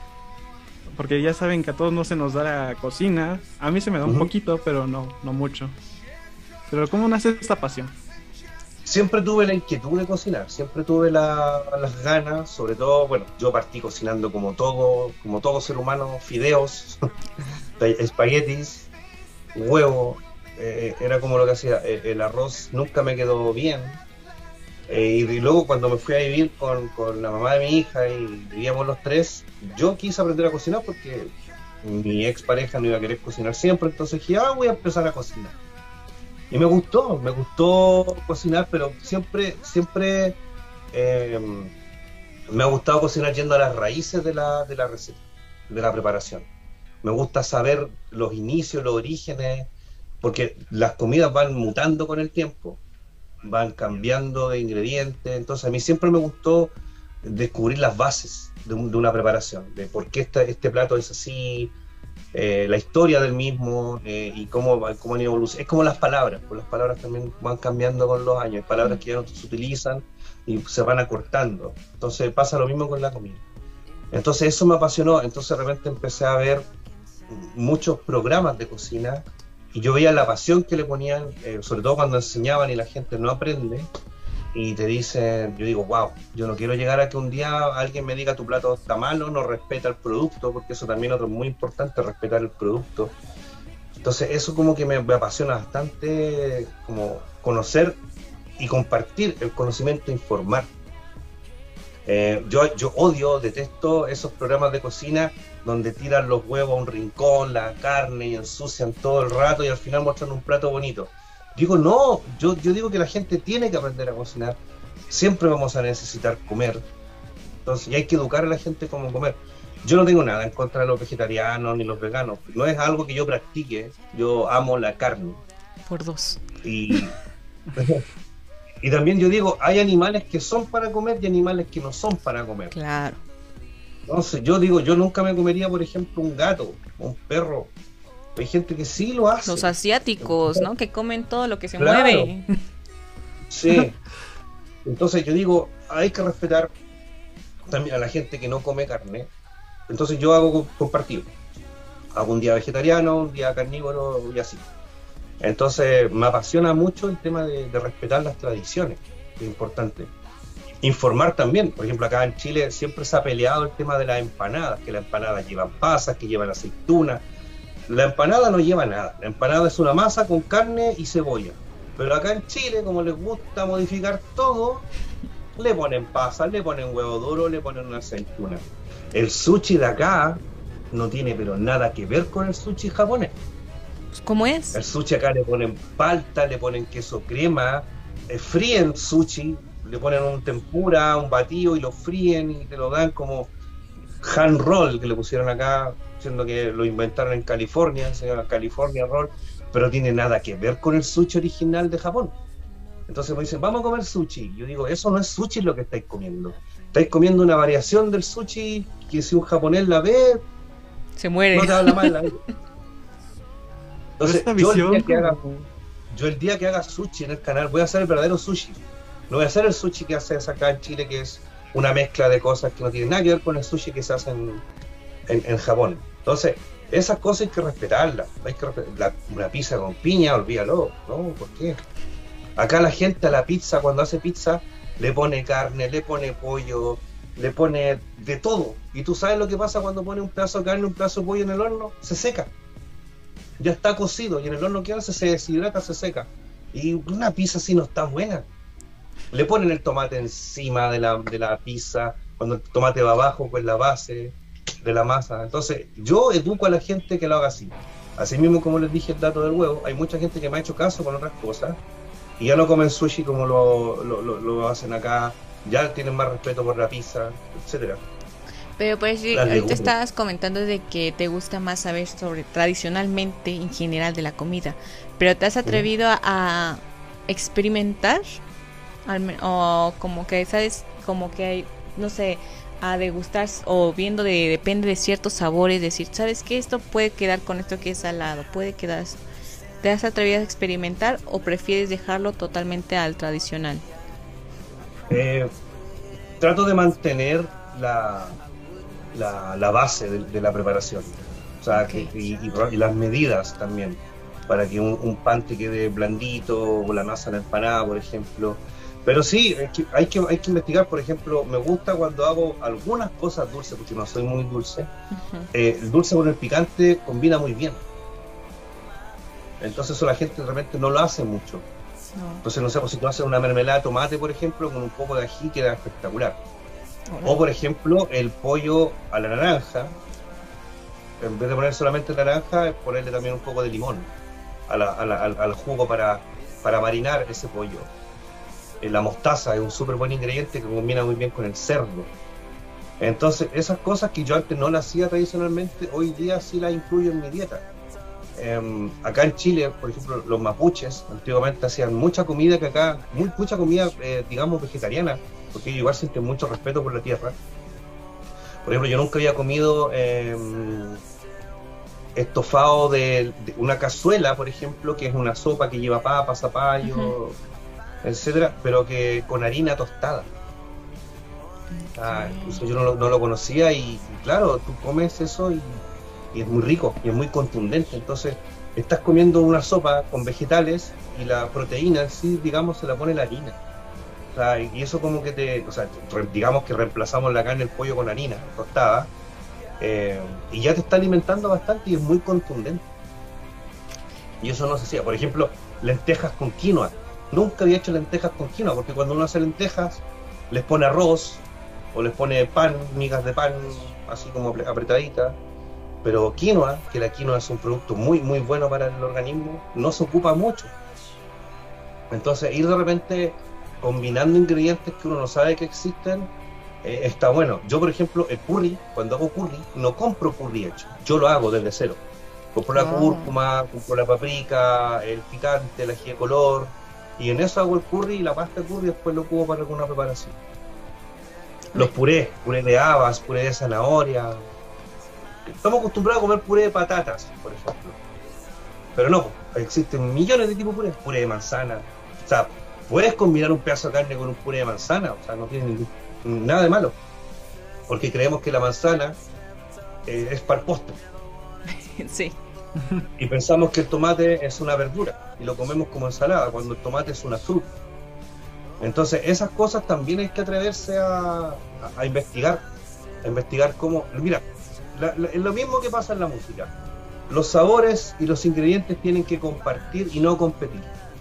Porque ya saben que a todos no se nos da la cocina. A mí se me da un Ujú. poquito, pero no, no mucho. Pero ¿cómo nace esta pasión? Siempre tuve la inquietud de cocinar, siempre tuve la- las ganas, sobre todo, bueno, yo partí cocinando como todo, como todo ser humano, fideos, espaguetis, huevo, eh, era como lo que hacía. El, el arroz nunca me quedó bien. Eh, y, y luego cuando me fui a vivir con, con la mamá de mi hija y vivíamos los tres, yo quise aprender a cocinar porque mi ex pareja no iba a querer cocinar siempre, entonces dije, ah, voy a empezar a cocinar. Y me gustó, me gustó cocinar, pero siempre, siempre eh, me ha gustado cocinar yendo a las raíces de la, de la receta, de la preparación. Me gusta saber los inicios, los orígenes, porque las comidas van mutando con el tiempo, van cambiando de ingredientes, entonces a mí siempre me gustó descubrir las bases de, un- de una preparación, de por qué esta- este plato es así, eh, la historia del mismo eh, y cómo, va- cómo han evolucionado. Es como las palabras, pues las palabras también van cambiando con los años, hay palabras que ya no se utilizan y se van acortando, entonces pasa lo mismo con la comida. Entonces eso me apasionó, entonces de repente empecé a ver muchos programas de cocina y yo veía la pasión que le ponían, eh, sobre todo cuando enseñaban y la gente no aprende y te dicen, yo digo, wow, yo no quiero llegar a que un día alguien me diga tu plato está malo, no respeta el producto, porque eso también es otro muy importante, respetar el producto. Entonces eso como que me, me apasiona bastante, como conocer y compartir el conocimiento, informar. Eh, yo, yo odio, detesto esos programas de cocina donde tiran los huevos a un rincón, la carne y ensucian todo el rato y al final muestran un plato bonito. Digo, no, yo, yo digo que la gente tiene que aprender a cocinar. Siempre vamos a necesitar comer. Entonces, y hay que educar a la gente cómo comer. Yo no tengo nada en contra de los vegetarianos ni los veganos. No es algo que yo practique. Yo amo la carne. Por dos. Y, y también yo digo, hay animales que son para comer y animales que no son para comer. Claro. Entonces, yo digo, yo nunca me comería, por ejemplo, un gato o un perro. Hay gente que sí lo hace. Los asiáticos, ¿no? Que comen todo lo que se Claro. mueve. Sí. Entonces yo digo, hay que respetar también a la gente que no come carne. Entonces yo hago co- compartido. Hago un día vegetariano, un día carnívoro y así. Entonces me apasiona mucho el tema de, de respetar las tradiciones, que es importante. Informar también, por ejemplo acá en Chile siempre se ha peleado el tema de las empanadas, que las empanadas llevan pasas, que llevan aceitunas. La empanada no lleva nada, la empanada es una masa con carne y cebolla. Pero acá en Chile, como les gusta modificar todo, le ponen pasas, le ponen huevo duro, le ponen una aceituna. El sushi de acá no tiene pero nada que ver con el sushi japonés. Pues, ¿cómo es? El sushi acá le ponen palta, le ponen queso crema, eh, fríen sushi, le ponen un tempura, un batido y lo fríen y te lo dan como hand roll, que le pusieron acá, siendo que lo inventaron en California, se llama California Roll, pero tiene nada que ver con el sushi original de Japón. Entonces me dicen, vamos a comer sushi. Yo digo, eso no es sushi lo que estáis comiendo. Estáis comiendo una variación del sushi que si un japonés la ve, se muere. no te habla mal la vida. Entonces, Esta yo el, visión día que haga, como- yo el día que haga sushi en el canal, voy a hacer el verdadero sushi. No voy a hacer el sushi que haces acá en Chile, que es una mezcla de cosas que no tienen nada que ver con el sushi que se hace en, en, en Japón. Entonces, esas cosas hay que respetarlas. Hay que respetar. La, una pizza con piña, olvídalo, ¿no? ¿Por qué? Acá la gente a la pizza, cuando hace pizza, le pone carne, le pone pollo, le pone de todo. Y tú sabes lo que pasa cuando pone un pedazo de carne, un pedazo de pollo en el horno, se seca. Ya está cocido y en el horno que hace se deshidrata, se seca. Y una pizza así no está buena. Le ponen el tomate encima de la, de la pizza, cuando el tomate va abajo, pues la base de la masa. Entonces, yo educo a la gente que lo haga así. Así mismo, como les dije el dato del huevo, hay mucha gente que me ha hecho caso con otras cosas y ya no comen sushi como lo, lo, lo, lo hacen acá, ya tienen más respeto por la pizza, etcétera. Pero pues sí, Las ahorita legumbres. estabas comentando de que te gusta más saber sobre tradicionalmente en general de la comida, pero ¿te has atrevido a, a experimentar? Al men- o como que, ¿sabes? Como que hay, no sé, a degustar o viendo de, depende de ciertos sabores, decir, ¿sabes qué? Esto puede quedar con esto que es salado, puede quedar... ¿Te has atrevido a experimentar o prefieres dejarlo totalmente al tradicional? Eh, trato de mantener la, la, la base de, de la preparación, o sea, Ok. que, y, y- y las medidas también, para que un, un pan te quede blandito, o la masa en empanada, por ejemplo. Pero sí, hay que, hay que, hay que investigar. Por ejemplo, me gusta cuando hago algunas cosas dulces, porque no soy muy dulce. Ujú. Eh, el dulce con el picante combina muy bien. Entonces eso la gente realmente no lo hace mucho. No. Entonces, no sé, pues si tú haces una mermelada de tomate, por ejemplo, con un poco de ají, queda espectacular. Órale. O, por ejemplo, el pollo a la naranja, en vez de poner solamente naranja, es ponerle también un poco de limón a la- a la- al, al jugo para, para marinar ese pollo. Eh, la mostaza es un súper buen ingrediente que combina muy bien con el cerdo. Entonces, esas cosas que yo antes no las hacía tradicionalmente, hoy día sí las incluyo en mi dieta. Eh, acá en Chile, por ejemplo, los mapuches antiguamente hacían mucha comida que acá, muy, mucha comida, eh, digamos, vegetariana, porque ellos igual sienten mucho respeto por la tierra. Por ejemplo, yo nunca había comido eh, estofado de, de una cazuela, por ejemplo, que es una sopa que lleva papa, zapallo, Ujú. etcétera, pero que con harina tostada. Ah, incluso yo no lo, no lo conocía y, y claro, tú comes eso y, y es muy rico y es muy contundente. Entonces, estás comiendo una sopa con vegetales y la proteína en sí, digamos, se la pone la harina. O sea, y eso como que te, o sea, re- digamos que reemplazamos la carne, el pollo con harina tostada, eh, y ya te está alimentando bastante y es muy contundente. Y eso no se hacía. Por ejemplo, lentejas con quinoa. Nunca había hecho lentejas con quinoa, porque cuando uno hace lentejas, les pone arroz, o les pone pan, migas de pan, así como apre- apretaditas. Pero quinoa, que la quinoa es un producto muy, muy bueno para el organismo, no se ocupa mucho. Entonces, ir de repente combinando ingredientes que uno no sabe que existen, eh, está bueno. Yo, por ejemplo, el curry, cuando hago curry, no compro curry hecho, yo lo hago desde cero. Compro la Ah. cúrcuma, compro la paprika, el picante, el ají de color, y en eso hago el curry y la pasta de curry después lo ocupo para alguna preparación. Los purés, puré de habas, puré de zanahoria. Estamos acostumbrados a comer puré de patatas, por ejemplo. Pero no, existen millones de tipos de puré. Puré de manzana. O sea, puedes combinar un pedazo de carne con un puré de manzana. O sea, no tiene ningún- nada de malo. Porque creemos que la manzana eh, es para el postre. Sí. Y pensamos que el tomate es una verdura. Y lo comemos como ensalada, cuando el tomate es una fruta. Entonces, esas cosas también hay que atreverse a, a, a investigar. A investigar cómo... Mira, la- la- es lo mismo que pasa en la música. Los sabores y los ingredientes tienen que compartir y no competir.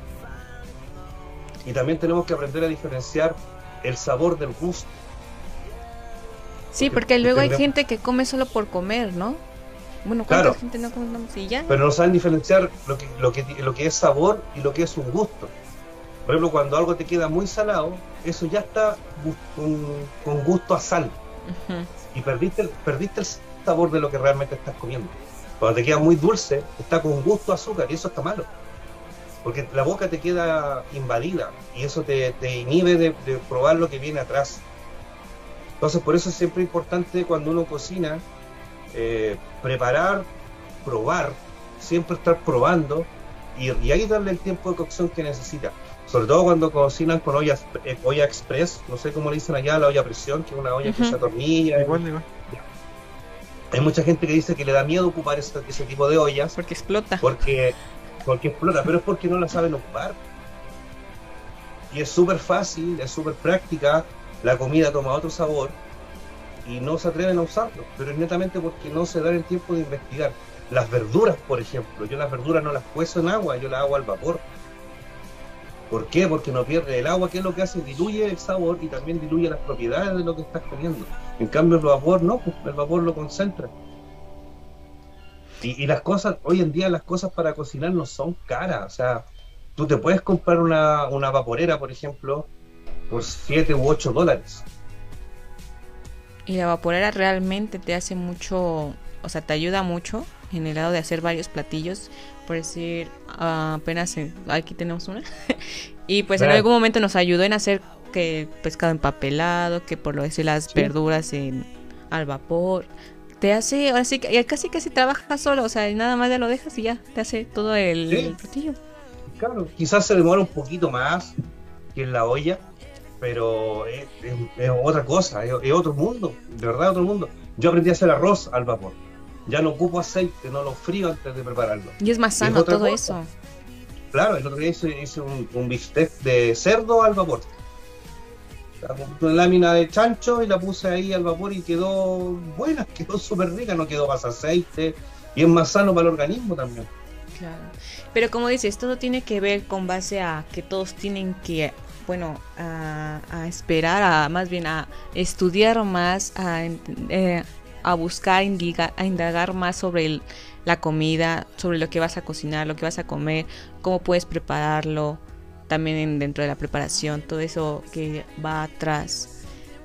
Y también tenemos que aprender a diferenciar el sabor del gusto. Sí, Porque porque luego hay tendremos- gente que come solo por comer, ¿no? Bueno, ¿cuánta Claro. gente no come y ya? pero no saben diferenciar lo que, lo que, lo que es sabor y lo que es un gusto. Por ejemplo, cuando algo te queda muy salado, eso ya está gu- con, con gusto a sal. Ujú. Y perdiste el, perdiste el sabor de lo que realmente estás comiendo. Cuando te queda muy dulce, está con gusto a azúcar y eso está malo. Porque la boca te queda invadida y eso te, te inhibe de, de probar lo que viene atrás. Entonces, por eso es siempre importante cuando uno cocina, eh, preparar, probar, siempre estar probando y, y ahí darle el tiempo de cocción que necesita. Sobre todo cuando cocinan con olla, eh, olla express, no sé cómo le dicen allá, la olla a presión, que es una olla que Ujú. se atornilla. Igual, igual. Hay mucha gente que dice que le da miedo ocupar ese, ese tipo de ollas Porque explota. porque, porque explota, pero es porque no la saben ocupar. Y es súper fácil, es súper práctica, la comida toma otro sabor y no se atreven a usarlo, pero es netamente porque no se dan el tiempo de investigar. Las verduras, por ejemplo, yo las verduras no las cuezo en agua, yo las hago al vapor. ¿Por qué? Porque no pierde el agua, que es lo que hace, diluye el sabor y también diluye las propiedades de lo que estás comiendo. En cambio el vapor no, pues, el vapor lo concentra. Y, y las cosas, hoy en día las cosas para cocinar no son caras, o sea, tú te puedes comprar una, una vaporera, por ejemplo, por siete u ocho dólares. Y la vaporera realmente te hace mucho, o sea, te ayuda mucho en el lado de hacer varios platillos. Por decir, ah, apenas en- aquí tenemos una. Y pues en Claro. algún momento nos ayudó en hacer que pescado empapelado, que por lo decir las Sí. verduras en, al vapor. Te hace, ahora sí que ya casi casi trabaja solo, o sea, nada más ya lo dejas y ya te hace todo el, Sí. el platillo. Claro, quizás se demora un poquito más que en la olla, pero es, es- es otra cosa, es, es otro mundo, de verdad otro mundo. Yo aprendí a hacer arroz al vapor. Ya no ocupo aceite, no lo frío antes de prepararlo. Y es más Es sano otra todo cosa. eso. Claro, el otro día hice, hice un, un bistec de cerdo al vapor. O sea, compré una lámina de chancho y la puse ahí al vapor y quedó buena, quedó súper rica, no quedó más aceite y es más sano para el organismo también. Claro. Pero como dices, todo tiene que ver con base a que todos tienen que, bueno, a, a esperar, a más bien a estudiar más, a, ent- eh, a buscar, indiga- a indagar más sobre el- la comida, sobre lo que vas a cocinar, lo que vas a comer, cómo puedes prepararlo, también en- dentro de la preparación, todo eso que va atrás.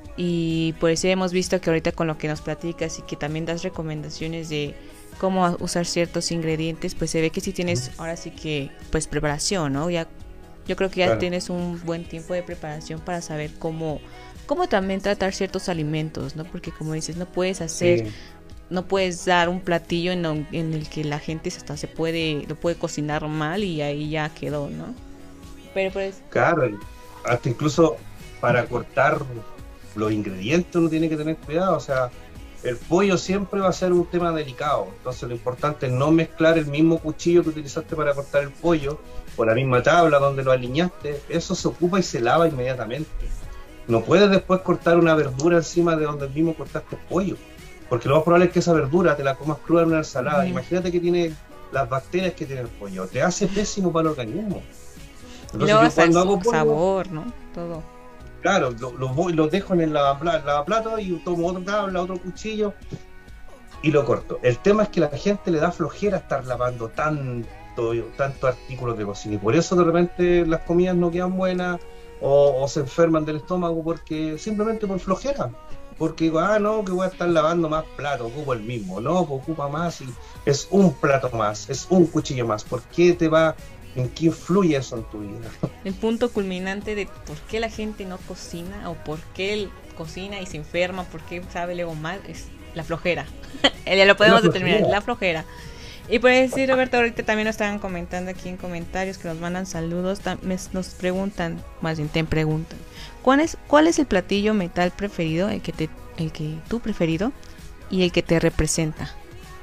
Y por eso hemos visto que ahorita con lo que nos platicas y que también das recomendaciones de cómo a- usar ciertos ingredientes, pues se ve que sí tienes ahora sí que pues preparación, ¿no? Ya yo creo que ya Claro. tienes un buen tiempo de preparación para saber cómo cómo también tratar ciertos alimentos, ¿no? Porque como dices, no puedes hacer, Sí. no puedes dar un platillo en, lo- en el que la gente hasta se puede lo puede cocinar mal y ahí ya quedó, ¿no? Pero pues Claro, y hasta incluso para cortar los ingredientes uno tiene que tener cuidado, o sea, el pollo siempre va a ser un tema delicado, entonces lo importante es no mezclar el mismo cuchillo que utilizaste para cortar el pollo o la misma tabla donde lo alineaste, eso se ocupa y se lava inmediatamente. No puedes después cortar una verdura encima de donde mismo cortaste el pollo, porque lo más probable es que esa verdura te la comas cruda en una ensalada. Ujú. Imagínate que tiene las bacterias que tiene el pollo, te hace pésimo para el organismo. y Entonces, luego yo hasta cuando el hago pollo, sabor, ¿no? Todo. claro, lo- los voy- los dejo en el lavapla- lavaplatos y tomo otra tabla, otro cuchillo y lo corto. El tema es que la gente le da flojera estar lavando tanto, tantos artículos de cocina y por eso de repente las comidas no quedan buenas o, o se enferman del estómago porque simplemente por flojera. Porque digo, ah, no, que voy a estar lavando más platos, ocupo el mismo. No, pues ocupa más y es un plato más, es un cuchillo más. ¿Por qué te va, en qué influye eso en tu vida? El punto culminante de por qué la gente no cocina o por qué él cocina y se enferma, por qué sabe luego mal, es la flojera. Ya lo podemos La determinar, flojera. la flojera. Y por decir, Roberto, ahorita también nos estaban comentando aquí en comentarios que nos mandan saludos, tam- me- nos preguntan, más bien te preguntan, ¿cuál es, cuál es el platillo metal preferido, el que te, el que tú preferido y el que te representa?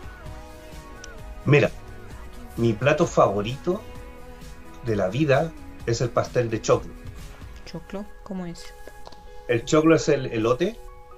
Mira, mi plato favorito de la vida es el pastel de choclo. Choclo, ¿cómo es? El choclo es el elote,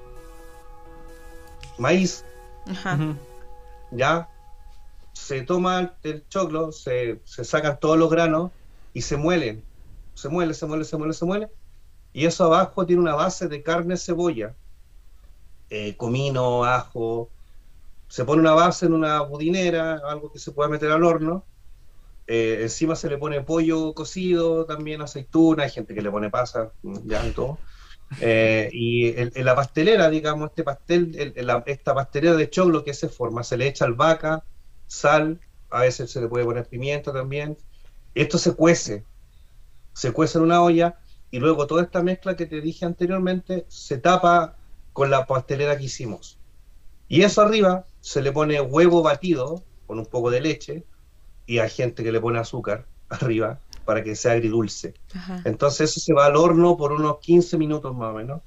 maíz, Ajá. Ujú. ya se toma el choclo, se, se sacan todos los granos y se muelen. Se muele, se muele, se muele, se muele. Y eso abajo tiene una base de carne, cebolla, eh, comino, ajo, se pone una base en una budinera, algo que se pueda meter al horno. Eh, encima se le pone pollo cocido, también aceituna, hay gente que le pone pasa, ya y todo. Eh, y en, en la pastelera, digamos, este pastel, el, el, la, esta pastelera de choclo que se forma, se le echa albahaca, sal, a veces se le puede poner pimienta también. Esto se cuece, se cuece en una olla y luego toda esta mezcla que te dije anteriormente se tapa con la pastelera que hicimos. Y eso arriba se le pone huevo batido con un poco de leche, y hay gente que le pone azúcar arriba para que sea agridulce. Ajá. Entonces eso se va al horno por unos quince minutos más o menos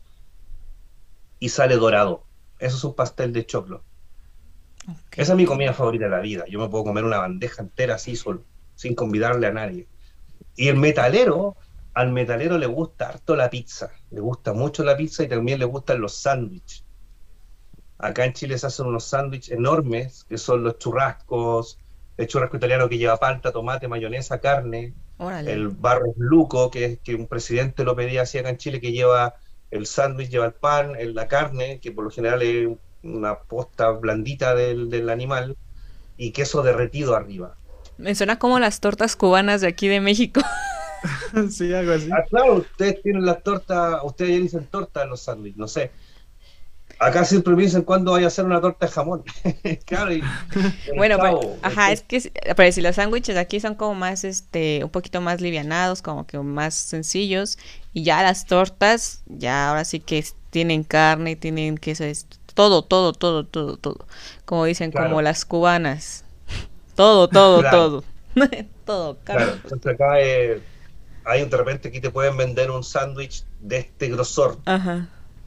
y sale dorado. Eso es un pastel de choclo. Okay. Esa es mi comida favorita de la vida. Yo me puedo comer una bandeja entera así solo, sin convidarle a nadie. Y el metalero, al metalero le gusta harto la pizza, le gusta mucho la pizza y también le gustan los sándwiches. Acá en Chile se hacen unos sándwiches enormes, que son los churrascos, el churrasco italiano que lleva palta, tomate, mayonesa, carne. Órale. El barro luco, que es que un presidente lo pedía así acá en Chile, que lleva el sándwich, lleva el pan, el, la carne, que por lo general es una posta blandita del, del animal, y queso derretido arriba. Me suena como las tortas cubanas de aquí de México. Sí, algo así. Ah, claro, ustedes tienen las tortas, ustedes ya dicen torta en los sándwiches, no sé. Acá siempre me dicen cuándo vaya a hacer una torta de jamón. Claro, y, Bueno, chavo, pero, ajá, es que, pero si los sándwiches aquí son como más, este, un poquito más livianados, como que más sencillos, y ya las tortas, ya ahora sí que es- tienen carne, tienen queso, es todo, todo, todo, todo, todo, como dicen, Claro. como las cubanas, todo, todo, Claro. todo, todo, carne. Claro, entonces acá eh, hay de repente aquí te pueden vender un sándwich de este grosor, Ajá,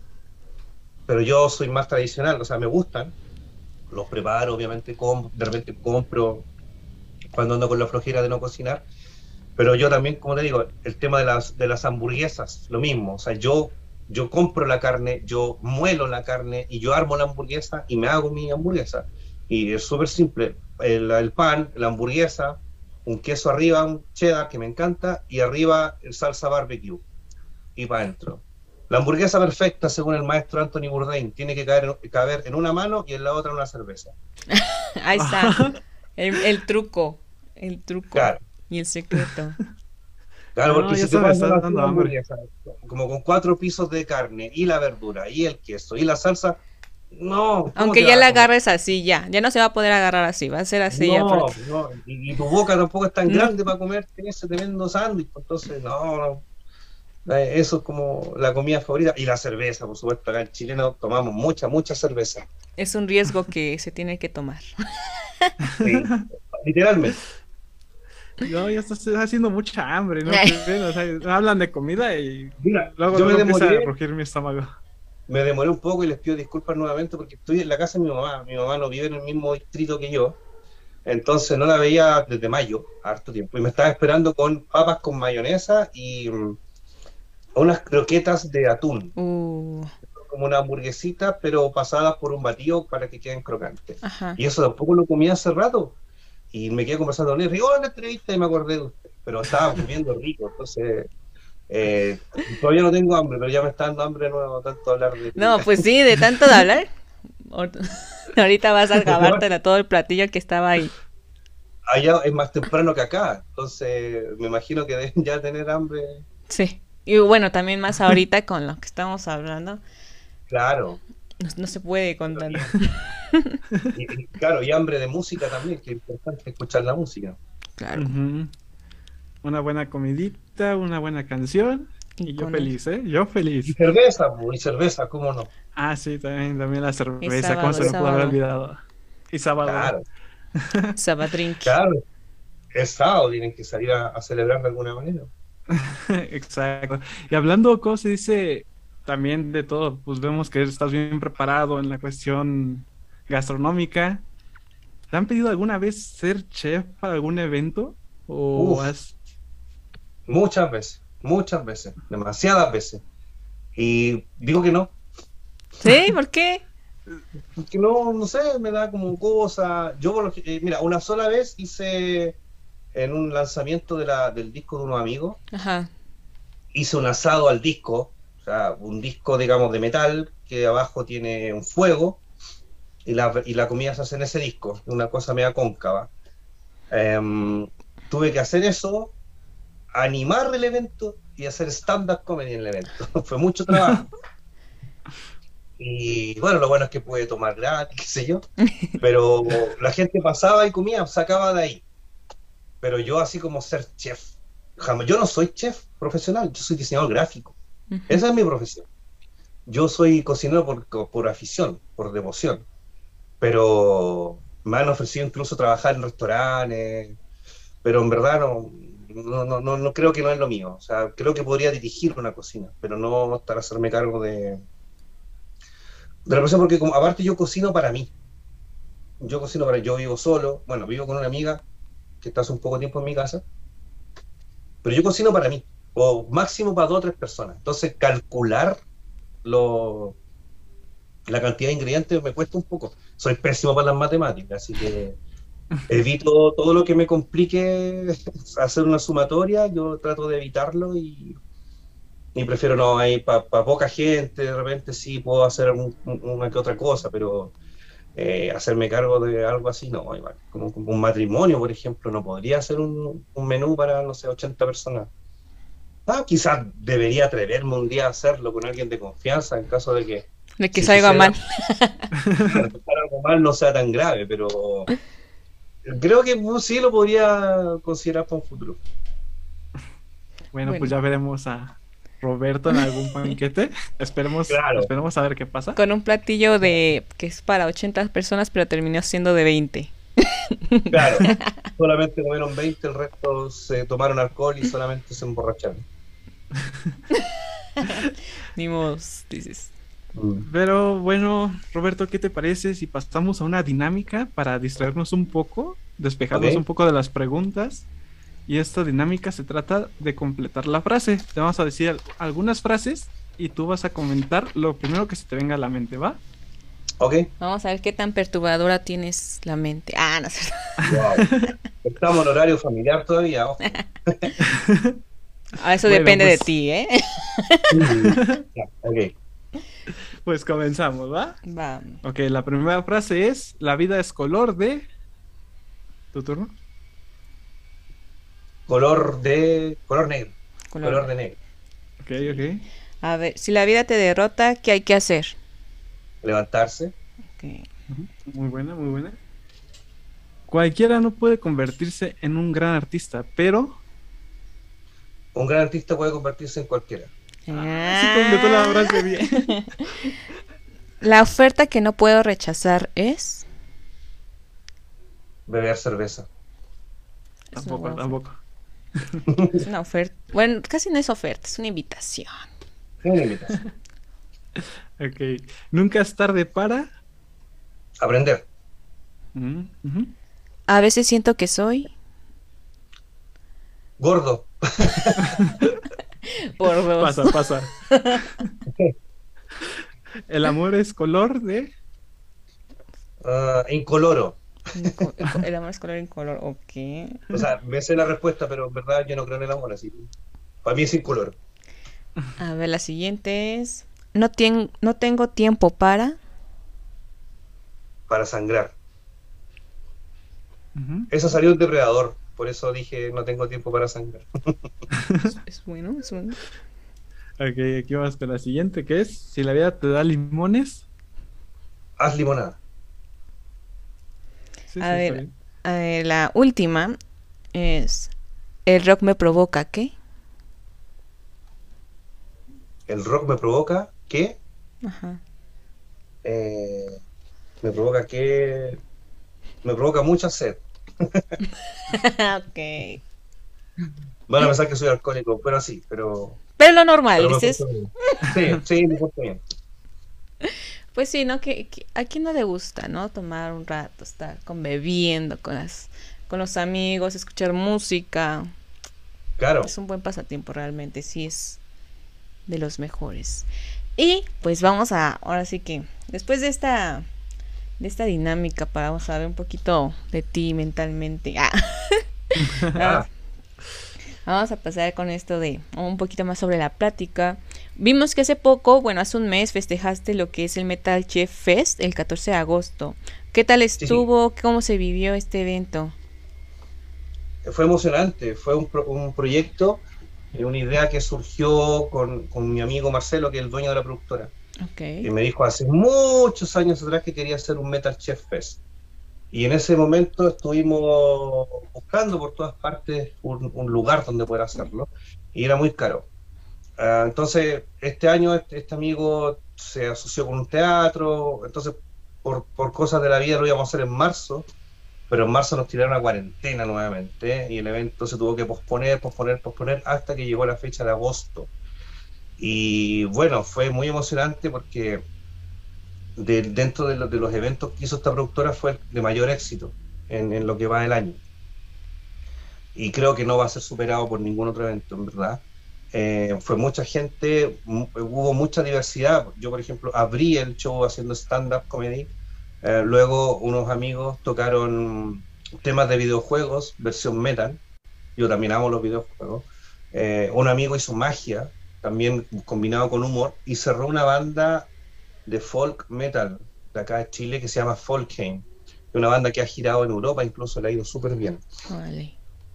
pero yo soy más tradicional, o sea, me gustan, los preparo, obviamente, com- de repente compro cuando ando con la flojera de no cocinar, pero yo también, como te digo, el tema de las, de las hamburguesas, lo mismo, o sea, yo, yo compro la carne, yo muelo la carne y yo armo la hamburguesa y me hago mi hamburguesa. Y es súper simple, el, el pan, la hamburguesa, un queso arriba, un cheddar que me encanta, y arriba el salsa barbecue, y para adentro. La hamburguesa perfecta, según el maestro Anthony Bourdain, tiene que caer, caber en una mano y en la otra una cerveza. ahí está, el, el truco, el truco, Claro. y el secreto. Claro, No, porque ya si se te me vas a está hacer dando una hambre. hamburguesa, como con cuatro pisos de carne, y la verdura, y el queso, y la salsa, no. ¿cómo Aunque te ya vas la a comer? agarres así, ya, ya no se va a poder agarrar así, va a ser así ya. No, porque- no, y, y tu boca tampoco es tan No. grande para comerte ese tremendo sándwich, pues, entonces, no, no. Eh, Eso es como la comida favorita. Y la cerveza, por supuesto, acá en Chile no tomamos mucha, mucha cerveza. Es un riesgo que se tiene que tomar. Sí, literalmente. No, ya estás haciendo mucha hambre, ¿no? Qué pena, o sea, hablan de comida y Mira, luego, yo me luego empieza a demoré, rugir mi estómago. me demoré un poco y les pido disculpas nuevamente porque estoy en la casa de mi mamá. Mi mamá no vive en el mismo distrito que yo. Entonces no la veía desde mayo, harto tiempo. Y me estaba esperando con papas con mayonesa y mm, unas croquetas de atún. Uh, Como una hamburguesita, pero pasadas por un batido para que queden crocantes. ajá. Y eso tampoco lo comí hace rato. Y me quedé conversando con él. Y digo, oh, la entrevista y me acordé de usted. Pero estaba comiendo rico. Entonces, eh, todavía no tengo hambre, pero ya me está dando hambre de nuevo tanto hablar de No, pues sí, de tanto de hablar. ahor- Ahorita vas a acabártela todo el platillo que estaba ahí. Allá es más temprano que acá. Entonces, me imagino que deben ya tener hambre. Sí. Y bueno, también más ahorita con lo que estamos hablando, Claro. no, no se puede con tanto. Y, y claro, y hambre de música también, que es importante escuchar la música. Claro. Ujú. Una buena comidita, una buena canción. Y Y yo con feliz, ¿eh? Yo Y feliz. cerveza, pues, y cerveza, ¿cómo no? Ah, sí, también, también la cerveza, sábado, ¿cómo se me pudo haber sábado. olvidado? Y sábado. Claro, Sabadrink. claro. Es sábado, tienen que salir a, a celebrar de alguna manera. Exacto. Y hablando, ¿cómo se dice? También de todo, pues vemos que estás bien preparado en la cuestión gastronómica. ¿Te han pedido alguna vez ser chef para algún evento? ¿O Uf. has... Muchas veces, muchas veces, demasiadas veces. Y digo que no, ¿Sí? ¿Por qué? que no, no sé, me da como cosa. Yo, por lo que- eh, mira, una sola vez hice en un lanzamiento de la, del disco de unos amigos, Ajá. hice un asado al disco, o sea, un disco, digamos, de metal, que abajo tiene un fuego, y la, y la comida se hace en ese disco, una cosa media cóncava. Em, tuve que hacer eso, animar el evento y hacer stand-up comedy en el evento. Fue mucho trabajo. Y bueno, lo bueno es que pude tomar gratis, qué sé yo, pero la gente pasaba y comía, sacaba de ahí. Pero yo así como ser chef, jamás, yo no soy chef profesional, yo soy diseñador gráfico. Ujú. Esa es mi profesión. Yo soy cocinero por, por afición, por devoción. Pero me han ofrecido incluso trabajar en restaurantes, pero en verdad no, no, no, no, no creo que no es lo mío. O sea, creo que podría dirigir una cocina, pero no estar a hacerme cargo de, de la persona, porque como, aparte yo cocino para mí. Yo cocino para yo vivo solo, bueno, vivo con una amiga que está hace un poco tiempo en mi casa, pero yo cocino para mí, o máximo para dos o tres personas. Entonces calcular lo, la cantidad de ingredientes me cuesta un poco. Soy pésimo para las matemáticas, así que evito todo lo que me complique hacer una sumatoria, yo trato de evitarlo y, y prefiero no, hay para pa poca gente, de repente sí puedo hacer un, un, una que otra cosa, pero eh, hacerme cargo de algo así, no, igual, como, como un matrimonio, por ejemplo, no podría hacer un, un menú para, no sé, ochenta personas. Ah, quizás debería atreverme un día a hacerlo con alguien de confianza, en caso de que De que si salga suceda- mal. que algo mal no sea tan grave, pero creo que uh, sí lo podría considerar para un futuro. Bueno, Bueno. pues ya veremos a Roberto en algún banquete. Esperemos, Claro. esperemos a ver qué pasa. Con un platillo de que es para ochenta personas, pero terminó siendo de veinte. Claro, solamente comieron veinte, el resto se tomaron alcohol y solamente se emborracharon. Ni modo, dices. Pero bueno, Roberto, ¿qué te parece si pasamos a una dinámica para distraernos un poco, despejarnos Ok. un poco de las preguntas? Y esta dinámica se trata de completar la frase. Te vamos a decir al- algunas frases y tú vas a comentar lo primero que se te venga a la mente, ¿va? Ok, Vamos a ver qué tan perturbadora tienes la mente. Ah, no sé. wow. Estamos en horario familiar todavía, ojo. Ah, eso Bueno, depende de pues- ti, ¿eh? Ya, ok. Pues comenzamos, ¿va? Va. Ok, la primera frase es: la vida es color de... ¿Tu turno? Color de... color negro. Color. Color de negro. Ok, ok. A ver, si la vida te derrota, ¿qué hay que hacer? Levantarse. Ok. Ujú, muy buena, muy buena. Cualquiera no puede convertirse en un gran artista, pero... Un gran artista puede convertirse en cualquiera. Ah, sí completó la frase bien. La oferta que no puedo rechazar es... Beber cerveza. Es Tampoco, una buena tampoco. Es una oferta. Bueno, casi no es oferta, es una invitación. Sin límites. Ok. Nunca es tarde para... Aprender. Ujú, ujú. A veces siento que soy... Gordo. Por dos. Pasa, pasa. El amor es color de... Ah, incoloro. Inco- El amor es color incolor, ok. O sea, me sé la respuesta, pero en verdad yo no creo en el amor, así que para mí es incoloro. A ver, la siguiente es... No, tien- no tengo tiempo para... Para sangrar. Ujú. Eso salió un depredador, por eso dije no tengo tiempo para sangrar. Es bueno, es bueno. Ok, aquí vamos con la siguiente, que es: si la vida te da limones... Haz limonada. Sí, A sí, ver. está bien. A ver, la última es... El rock me provoca, ¿qué? El rock me provoca que Ajá. eh, me provoca que me provoca mucha sed. Ok. Van a pensar que soy alcohólico, pero sí, pero, Pero lo normal, pero me dices... porto bien. Sí, sí, me porto bien. Pues sí, ¿no? Que, que- a quién no le gusta, ¿no? Tomar un rato, estar con bebiendo con las, con los amigos, escuchar música. Claro. Es un buen pasatiempo realmente, sí es de los mejores. Y pues vamos a, ahora sí que, después de esta, de esta dinámica para vamos a ver un poquito de ti mentalmente. Ah. Ah, Vamos a pasar con esto de un poquito más sobre la plática. vimos que hace poco, bueno, hace un mes festejaste lo que es el Metal Chef Fest el catorce de agosto. ¿Qué tal estuvo? Sí. ¿Cómo se vivió este evento? Fue emocionante, fue un, pro, un proyecto, una idea que surgió con, con mi amigo Marcelo, que es el dueño de la productora. Okay. Que me dijo hace muchos años atrás que quería hacer un Metal Chef Fest. Y en ese momento estuvimos buscando por todas partes un, un lugar donde poder hacerlo, y era muy caro. Uh, entonces, este año este, este amigo se asoció con un teatro, entonces por, por cosas de la vida lo íbamos a hacer en marzo, pero en marzo nos tiraron a cuarentena nuevamente, y el evento se tuvo que posponer, posponer, posponer, hasta que llegó la fecha de agosto. Y bueno, fue muy emocionante porque de, dentro de, lo, de los eventos que hizo esta productora fue el de mayor éxito en, en lo que va del año. Y creo que no va a ser superado por ningún otro evento, en verdad. Eh, fue mucha gente, hubo mucha diversidad. Yo, por ejemplo, abrí el show haciendo stand-up comedy. Eh, luego unos amigos tocaron temas de videojuegos, versión metal. Yo también amo los videojuegos. Eh, un amigo hizo magia, también combinado con humor, y cerró una banda de folk metal de acá de Chile que se llama Folkheim, una banda que ha girado en Europa, incluso le ha ido súper bien. Vale.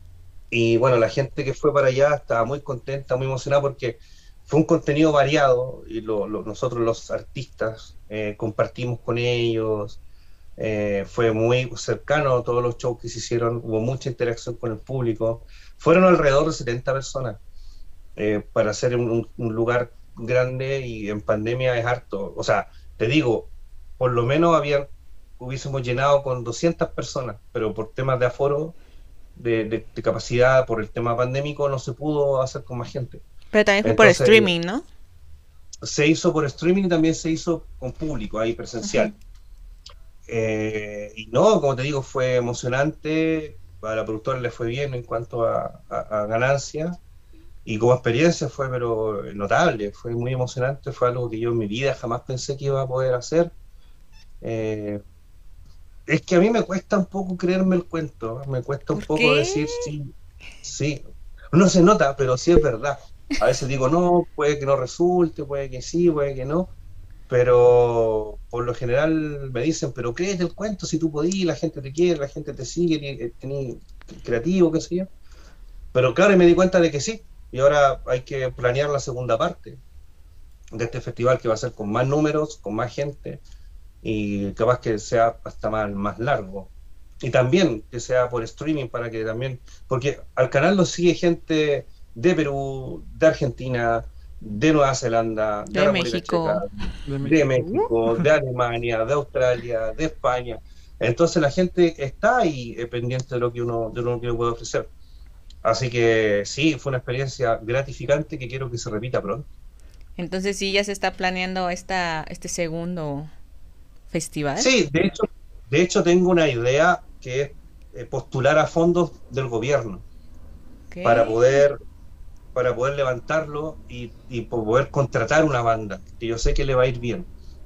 Y bueno, la gente que fue para allá estaba muy contenta, muy emocionada, porque fue un contenido variado, y lo, lo, nosotros los artistas eh, compartimos con ellos, eh, fue muy cercano a todos los shows que se hicieron, hubo mucha interacción con el público, fueron alrededor de setenta personas, eh, para hacer un, un lugar grande, y en pandemia es harto. O sea, te digo, por lo menos habían, hubiésemos llenado con doscientas personas, pero por temas de aforo, de, de, de capacidad, por el tema pandémico, no se pudo hacer con más gente. Pero también fue Entonces, por streaming, ¿no? Se hizo por streaming y también se hizo con público, ahí presencial. Uh-huh. eh, y no, como te digo, fue emocionante, a la productora le fue bien en cuanto a, a, a ganancias, y como experiencia fue pero notable, fue muy emocionante, fue algo que yo en mi vida jamás pensé que iba a poder hacer. Eh, es que a mí me cuesta un poco creerme el cuento, me cuesta un poco ¿Qué? decir sí, sí, no se nota, pero sí es verdad. A veces digo, no, puede que no resulte, puede que sí, puede que no, pero por lo general me dicen, pero créete el cuento, si tú podís, la gente te quiere, la gente te sigue, tenés creativo, qué sé yo. Pero claro, y me di cuenta de que sí, y ahora hay que planear la segunda parte de este festival, que va a ser con más números, con más gente, y capaz que sea hasta más, más largo. Y también que sea por streaming, para que también, porque al canal lo sigue gente de Perú, de Argentina, de Nueva Zelanda, de, de México, Checa, de México, de Alemania, de Australia, de España. Entonces la gente está ahí eh, pendiente de lo que uno, de lo que uno puede ofrecer. Así que sí, fue una experiencia gratificante que quiero que se repita pronto. Entonces sí, ya se está planeando esta, este segundo festival. Sí, de hecho, de hecho tengo una idea que es eh, postular a fondos del gobierno. ¿Qué? para poder para poder levantarlo y, y poder contratar una banda, que yo sé que le va a ir bien.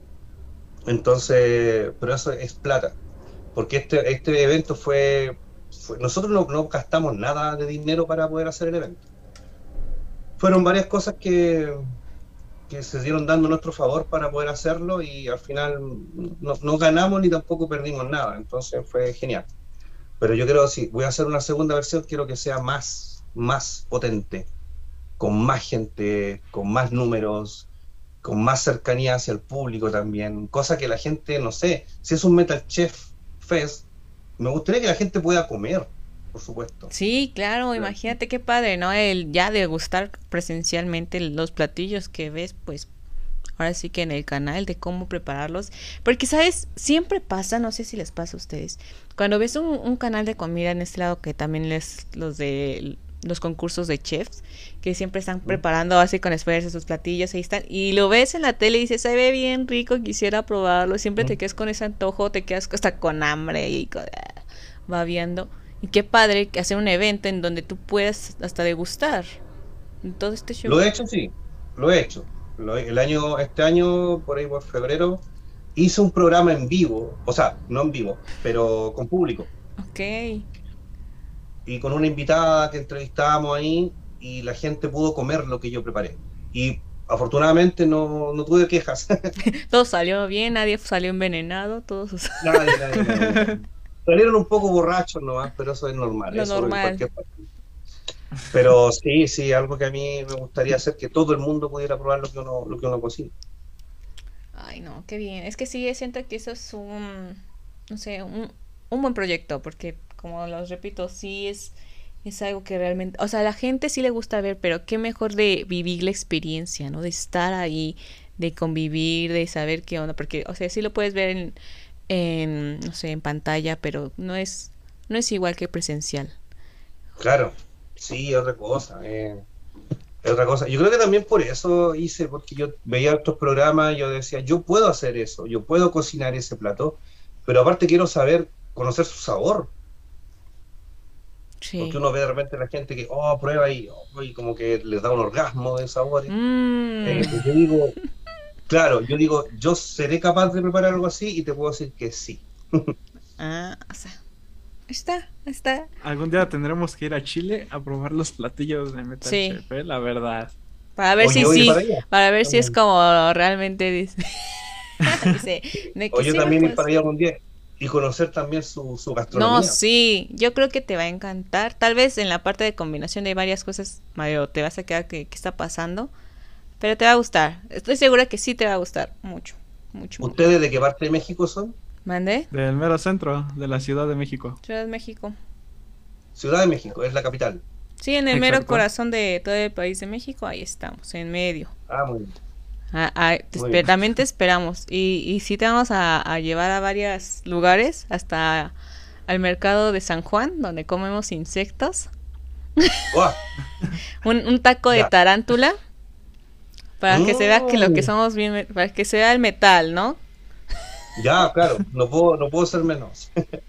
Entonces, pero eso es plata, porque este, este evento fue, fue nosotros no, no gastamos nada de dinero para poder hacer el evento. Fueron varias cosas que, que se dieron dando a nuestro favor para poder hacerlo, y al final no, no ganamos ni tampoco perdimos nada, entonces fue genial. Pero yo creo, si voy a hacer una segunda versión, quiero que sea más, más potente, con más gente, con más números, con más cercanía hacia el público también, cosa que la gente, no sé, si es un Metal Chef Fest, me gustaría que la gente pueda comer, por supuesto. Sí, claro, claro. Imagínate qué padre, ¿no? El ya degustar presencialmente los platillos que ves, pues, ahora sí que en el canal, de cómo prepararlos, porque, ¿sabes? Siempre pasa, no sé si les pasa a ustedes, cuando ves un, un canal de comida en este lado, que también es los de los concursos de chefs, que siempre están preparando así con esfuerzo sus platillos, ahí están, y lo ves en la tele y dices, se ve bien rico, quisiera probarlo, siempre te quedas con ese antojo, te quedas hasta con hambre y con, ah, va viendo, y qué padre que hacer un evento en donde tú puedas hasta degustar todo este show. Lo he hecho, sí, lo he hecho. Lo, el año, este año, por ahí por febrero, hice un programa en vivo, o sea, no en vivo, pero con público. Ok. Y con una invitada que entrevistábamos ahí, y la gente pudo comer lo que yo preparé. Y afortunadamente no, no tuve quejas. Todo salió bien, nadie salió envenenado, todos. Nadie, nadie, nadie. Salieron un poco borrachos nomás, pero eso es normal. Lo eso en normal. cualquier parte. Pero sí, sí, algo que a mí me gustaría hacer, que todo el mundo pudiera probar lo que uno, lo que uno cocina. Ay, no, qué bien. Es que sí, siento que eso es un, no sé, un, un buen proyecto, porque como los repito, sí es, es algo que realmente, o sea, a la gente sí le gusta ver, pero qué mejor de vivir la experiencia, ¿no? De estar ahí, de convivir, de saber qué onda, porque, o sea, sí lo puedes ver en, en no sé, en pantalla, pero no es, no es igual que presencial. Claro, sí, es otra cosa. Eh, es otra cosa. Yo creo que también por eso hice, porque yo veía estos programas y yo decía, yo puedo hacer eso, yo puedo cocinar ese plato, pero aparte quiero saber, conocer su sabor. Sí. Porque uno ve de repente a la gente que, oh, prueba y, oh, y como que les da un orgasmo de sabores. Mm. Eh, yo digo, claro, yo digo, yo seré capaz de preparar algo así y te puedo decir que sí. Ah, o sea, está, está. Algún día tendremos que ir a Chile a probar los platillos de Metal Sí. Chef, ¿eh? La verdad. Para ver Oye, si oye, sí, para allá. para ver si es También. como realmente dice. Dice, de que O yo sí, también ir pues. para allá algún día y conocer también su, su No, gastronomía. sí, yo creo que te va a encantar. Tal vez en la parte de combinación de varias cosas, Mario, te vas a quedar que qué está pasando, pero te va a gustar. Estoy segura que sí te va a gustar mucho, mucho. mucho. ¿Ustedes de qué parte de México son? ¿Mande? Del mero centro de la Ciudad de México. Ciudad de México. Ciudad de México, es la capital. Sí, en el mero Exacto. corazón de todo el país de México, ahí estamos, en medio. Ah, muy bien. Ah, ah, te Muy espe- bien. también te esperamos. Y, y sí te vamos a, a llevar a varios lugares, hasta al mercado de San Juan, donde comemos insectos. ¡Guau! Un, un taco de Ya. tarántula. Para que se vea que lo que Mm. somos bien, me- para que se vea el metal, ¿no? Ya, claro, no puedo, no puedo ser menos.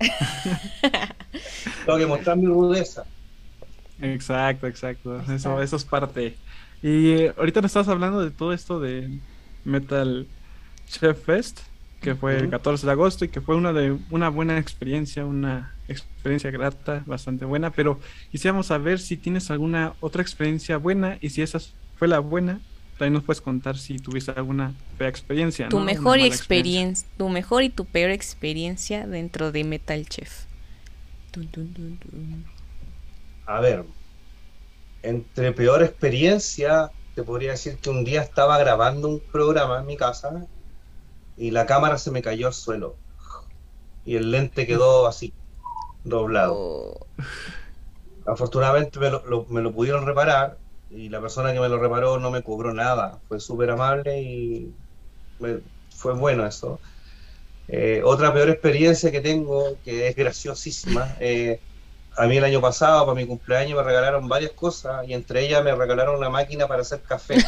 Tengo que mostrar mi rudeza. Exacto, exacto. Ahí Eso, está. eso es parte. Y eh, ahorita nos estás hablando de todo esto de Metal Chef Fest, que fue el Ujú. catorce de agosto y que fue una de una buena experiencia, una experiencia grata, bastante buena, pero quisiéramos saber si tienes alguna otra experiencia buena y si esa fue la buena, también nos puedes contar si tuviste alguna fea experiencia, Tu ¿no? Una mejor mala experiencia, tu mejor y tu peor experiencia dentro de Metal Chef. Tun, tun, tun, tun. A ver, entre peor experiencia, te podría decir que un día estaba grabando un programa en mi casa y la cámara se me cayó al suelo y el lente quedó así, doblado. Oh, Afortunadamente me lo, lo- me lo pudieron reparar y la persona que me lo reparó no me cobró nada, fue súper amable y me- fue bueno eso. Eh, otra peor experiencia que tengo, que es graciosísima, eh, a mí el año pasado, para mi cumpleaños, me regalaron varias cosas y entre ellas me regalaron una máquina para hacer café.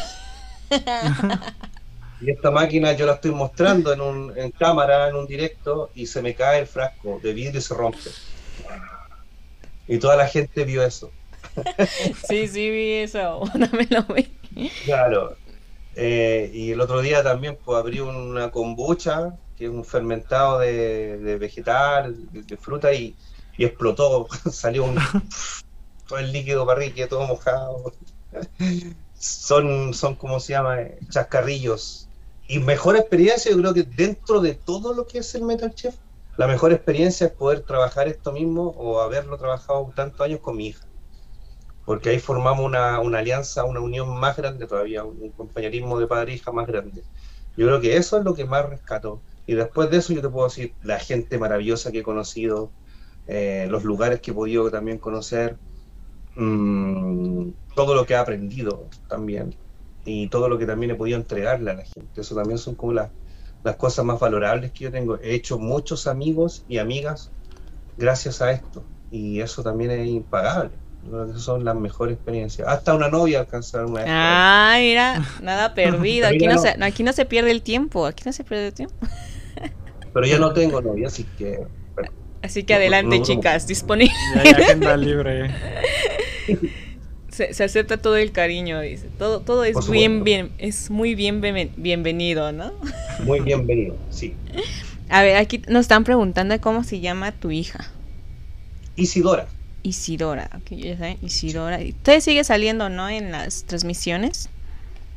Y esta máquina yo la estoy mostrando en, un, en cámara, en un directo, y se me cae el frasco de vidrio y se rompe. Y toda la gente vio eso. sí, sí, vi eso. No me lo vi. Claro. Eh, y el otro día también pues abrí una kombucha, que es un fermentado de, de vegetal, de, de fruta, y, y explotó. Salió un, todo el líquido para arriba, quedó todo mojado. Son, son, ¿cómo se llama? Eh, Chascarrillos. Y mejor experiencia, yo creo que dentro de todo lo que es el Metal Chef, la mejor experiencia es poder trabajar esto mismo o haberlo trabajado tantos años con mi hija. Porque ahí formamos una, una alianza, una unión más grande todavía, un compañerismo de padre e hija más grande. Yo creo que eso es lo que más rescato. Y después de eso yo te puedo decir la gente maravillosa que he conocido, eh, los lugares que he podido también conocer, mmm, todo lo que he aprendido también, y todo lo que también he podido entregarle a la gente. Eso también son como las, las cosas más valorables que yo tengo. He hecho muchos amigos y amigas gracias a esto, y eso también es impagable. Yo creo que esas son las mejores experiencias. Hasta una novia alcanzar una vez. Ah, mira, nada perdido. Aquí Mira, no, no. se, aquí no se pierde el tiempo. Aquí no se pierde el tiempo. Pero ya no tengo novia, así que bueno, Así que No, adelante, no, no. chicas, disponible. Ya hay agenda libre. Se, se acepta todo el cariño, dice. Todo, todo es Por supuesto. bien, bien, es muy bien, bien- bienvenido, ¿no? muy bienvenido, sí. A ver, aquí nos están preguntando cómo se llama tu hija. Isidora, Isidora, ok, ya saben, Isidora. ¿Usted sigue saliendo, no, en las transmisiones?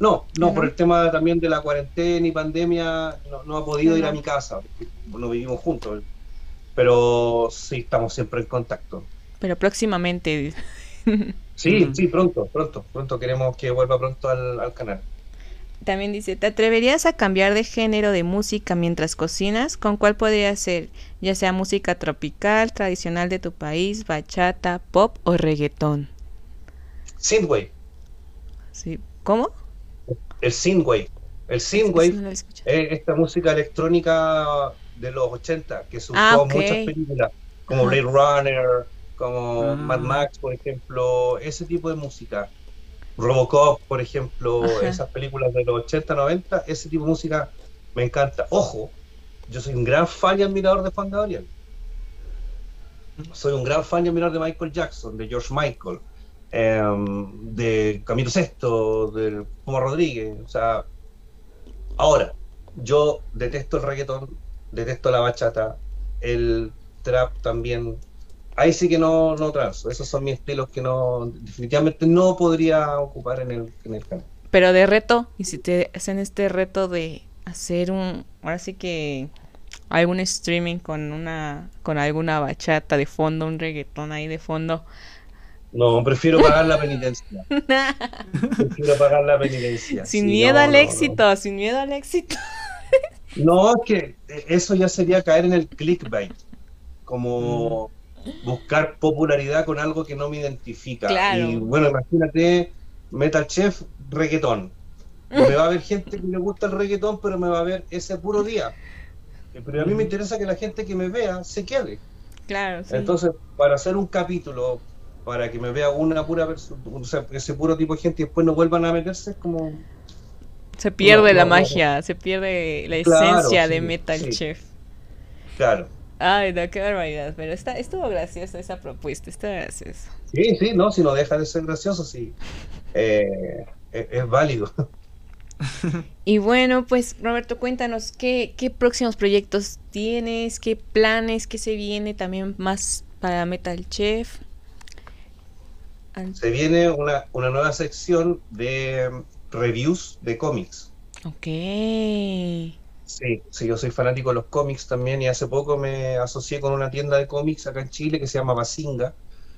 No, no, ¿No? por el tema también de la cuarentena y pandemia, no, no ha podido ir a Ajá. mi casa, porque no vivimos juntos, pero sí estamos siempre en contacto. Pero próximamente. Sí, Ujú. sí, pronto, pronto, pronto queremos que vuelva pronto al, al canal. También dice, ¿te atreverías a cambiar de género de música mientras cocinas? ¿Con cuál podría ser? Ya sea música tropical, tradicional de tu país, bachata, pop o reggaetón. Synthwave, Sí. ¿Cómo? el synthwave, el Es- eso synthwave no lo he escuchado. es esta música electrónica de los ochenta que se usó Ah, en ok. muchas películas, como Ajá. Blade Runner, como Ah. Mad Max, por ejemplo, ese tipo de música. Robocop, por ejemplo, Ajá. esas películas de los ochenta, noventa, ese tipo de música me encanta. Ojo, yo soy un gran fan y admirador de Juan Gabriel. Soy un gran fan y admirador de Michael Jackson, de George Michael, em, de Camilo Sesto, de Puma Rodríguez. O sea, ahora, yo detesto el reggaetón, detesto la bachata, el trap también. Ahí sí que no, no transo. Esos son mis estilos que no, definitivamente no podría ocupar en el, en el canal. Pero de reto, y si te hacen este reto de hacer un, ahora sí que algún streaming con una, con alguna bachata de fondo, un reggaetón ahí de fondo. No, prefiero pagar la penitencia. Prefiero pagar la penitencia. Sin Sí, miedo no, al no, éxito, sin miedo al éxito. No, es que eso ya sería caer en el clickbait, como buscar popularidad con algo que no me identifica. Claro. Y bueno, imagínate, Metal Chef, reggaetón. Me va a haber gente que le gusta el reggaetón, pero me va a ver ese puro día. Pero a mí me interesa que la gente que me vea se quede. Claro, sí. Entonces, para hacer un capítulo, para que me vea una pura persona, o sea, ese puro tipo de gente y después no vuelvan a meterse, es como... Se pierde no, la no, no. magia, se pierde la Claro, esencia sí, de Metal sí. Chef. Claro. Ay, no, qué barbaridad. Pero está, estuvo graciosa esa propuesta, está graciosa. Sí, sí, no, si no deja de ser gracioso, sí. Eh, es, es válido. Y bueno, pues Roberto, cuéntanos, ¿qué, qué próximos proyectos tienes? ¿Qué planes? ¿Qué se viene también más para Metal Chef? An- Se viene una, una nueva sección de um, reviews de cómics. Ok. Sí, sí, yo soy fanático de los cómics también y hace poco me asocié con una tienda de cómics acá en Chile que se llama Bazinga,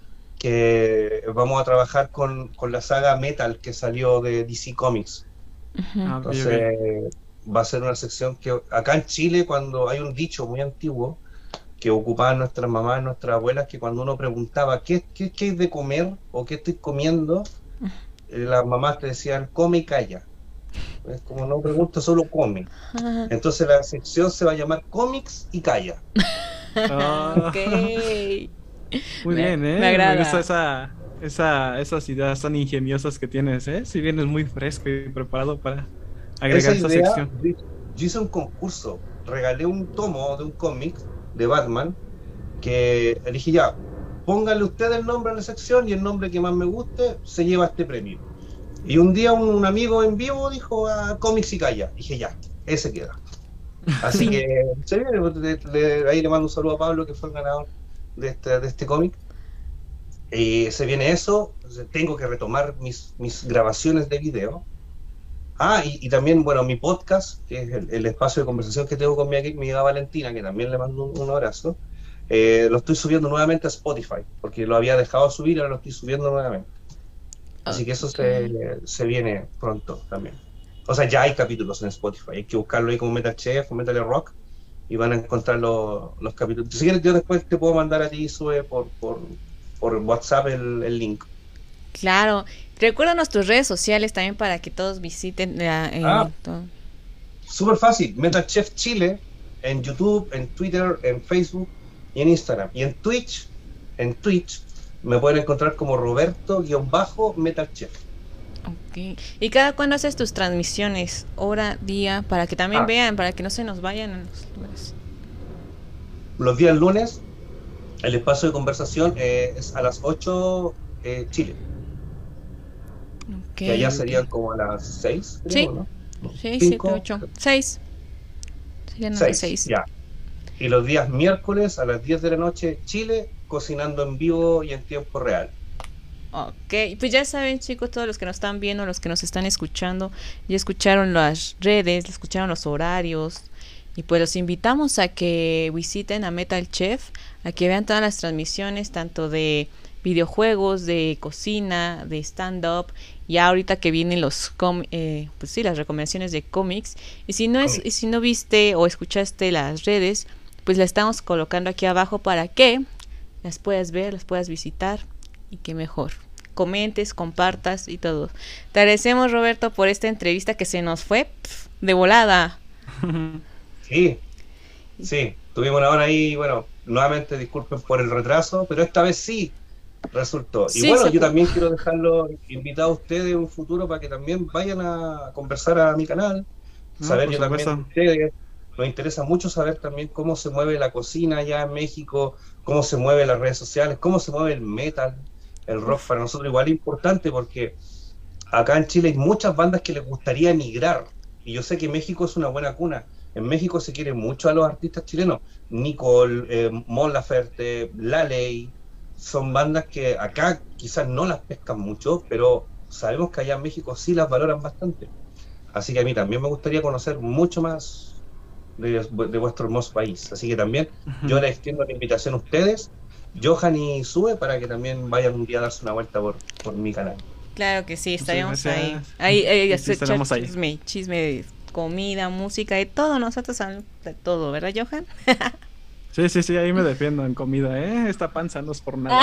que vamos a trabajar con, con la saga Metal que salió de D C Comics. Ujú. Ah, ok, ok. Entonces va a ser una sección que acá en Chile, cuando hay un dicho muy antiguo que ocupaban nuestras mamás, nuestras abuelas, que cuando uno preguntaba ¿qué, qué, qué es de comer o qué estoy comiendo? Eh, las mamás te decían come y calla. Es como no pregunta, solo come. Ajá. Entonces la sección se va a llamar cómics y calla. Ah, Ok. muy Me- bien, ¿eh? me agrada. gusta esa, esa, esas ideas tan ingeniosas que tienes, ¿eh? Si vienes muy fresco y preparado para agregar Esa esa idea, sección. yo yo hice un concurso, regalé un tomo de un cómic de Batman que dije ya, póngale usted el nombre a la sección y el nombre que más me guste se lleva este premio. Y un día un, un amigo en vivo dijo a cómics y calla. Dije ya, ese queda. Así que se viene, le- le- ahí le mando un saludo a Pablo que fue el ganador de este, de este cómic. Y se viene eso, tengo que retomar mis, mis grabaciones de video. Ah, y, y también, bueno, mi podcast, que es el, el espacio de conversación que tengo con mi, mi amiga Valentina, que también le mando un, un abrazo, eh, lo estoy subiendo nuevamente a Spotify, porque lo había dejado subir y ahora lo estoy subiendo nuevamente. Así que eso se, se viene pronto también. O sea, ya hay capítulos en Spotify, hay que buscarlo ahí como Metal Chef o Metal Rock y van a encontrar los, los capítulos. Si quieres, yo después te puedo mandar a ti, sube por, por, por WhatsApp el, el link. Claro. Recuerda nuestras redes sociales también para que todos visiten la, eh, Ah. todo. Súper fácil, Metal Chef Chile en YouTube, en Twitter, en Facebook y en Instagram. Y en Twitch, en Twitch me pueden encontrar como Roberto-Metal Chef. Ok. ¿Y cada cuándo haces tus transmisiones? Hora, día, para que también Ah. vean, para que no se nos vayan a los lugares. Los días lunes, el espacio de conversación eh, es a las ocho eh, Chile, Ok. que allá serían como a las seis, creo, Sí. ¿no? seis, cinco, siete, ocho. seis. Serían a las seis, seis. ya. Y los días miércoles a las diez de la noche Chile, cocinando en vivo y en tiempo real. Ok, pues ya saben, chicos, todos los que nos están viendo, los que nos están escuchando, ya escucharon las redes, escucharon los horarios. Y pues los invitamos a que visiten a Metal Chef, a que vean todas las transmisiones, tanto de videojuegos, de cocina, de stand-up, y ahorita que vienen los com eh, pues sí, las recomendaciones de cómics. Y si no es, y si no viste o escuchaste las redes, pues las estamos colocando aquí abajo para que las puedas ver, las puedas visitar, y que mejor comentes, compartas y todo. Te agradecemos, Roberto, por esta entrevista que se nos fue pf, de volada. Sí, sí, tuvimos una hora ahí, bueno, nuevamente disculpen por el retraso, pero esta vez sí resultó. Sí, y bueno, se yo puede. también quiero dejarlo invitado a ustedes en un futuro para que también vayan a conversar a mi canal, No, saber por yo también de supuesto. ustedes. Nos interesa mucho saber también cómo se mueve la cocina allá en México, cómo se mueven las redes sociales, cómo se mueve el metal, el rock. Para nosotros igual es importante porque acá en Chile hay muchas bandas que les gustaría emigrar, y yo sé que México es una buena cuna. En México se quiere mucho a los artistas chilenos. Nicole, eh, Mon Laferte, La Ley, son bandas que acá quizás no las pescan mucho, pero sabemos que allá en México sí las valoran bastante. Así que a mí también me gustaría conocer mucho más de, de vuestro hermoso país. Así que también yo les extiendo la invitación a ustedes, Johan y Sue, para que también vayan un día a darse una vuelta por, por mi canal. Claro que sí, estaríamos Muchas ahí. gracias. Ahí, ahí, Sí, hacer- estaremos echar ahí. chisme, chisme de comida, música, de todo. Nosotros hablamos de todo, ¿verdad, Johan? Sí, sí, sí, ahí me defiendo en comida, ¿eh? Esta panza no es por nada.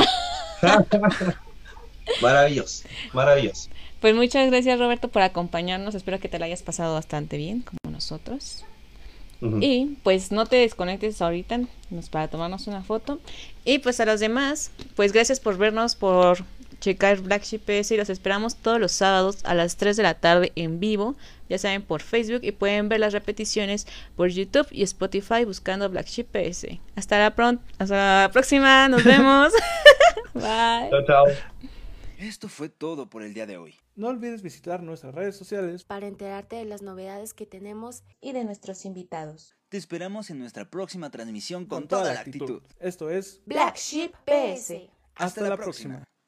Maravilloso, maravilloso. Pues muchas gracias, Roberto, por acompañarnos. Espero que te la hayas pasado bastante bien, como nosotros. Ujú. Y pues no te desconectes ahorita nos- para tomarnos una foto. Y pues a los demás, pues gracias por vernos, por checar Black Sheep P S, y los esperamos todos los sábados a las tres de la tarde en vivo, ya saben, por Facebook, y pueden ver las repeticiones por YouTube y Spotify buscando Black Sheep P S. Hasta la pronto, hasta la próxima, nos vemos. Bye. Chao, chao. Esto fue todo por el día de hoy. No olvides visitar nuestras redes sociales. Para enterarte de las novedades que tenemos Y de nuestros invitados. Te esperamos en nuestra próxima transmisión con, toda la actitud. Esto es Black Sheep P S. Hasta la próxima.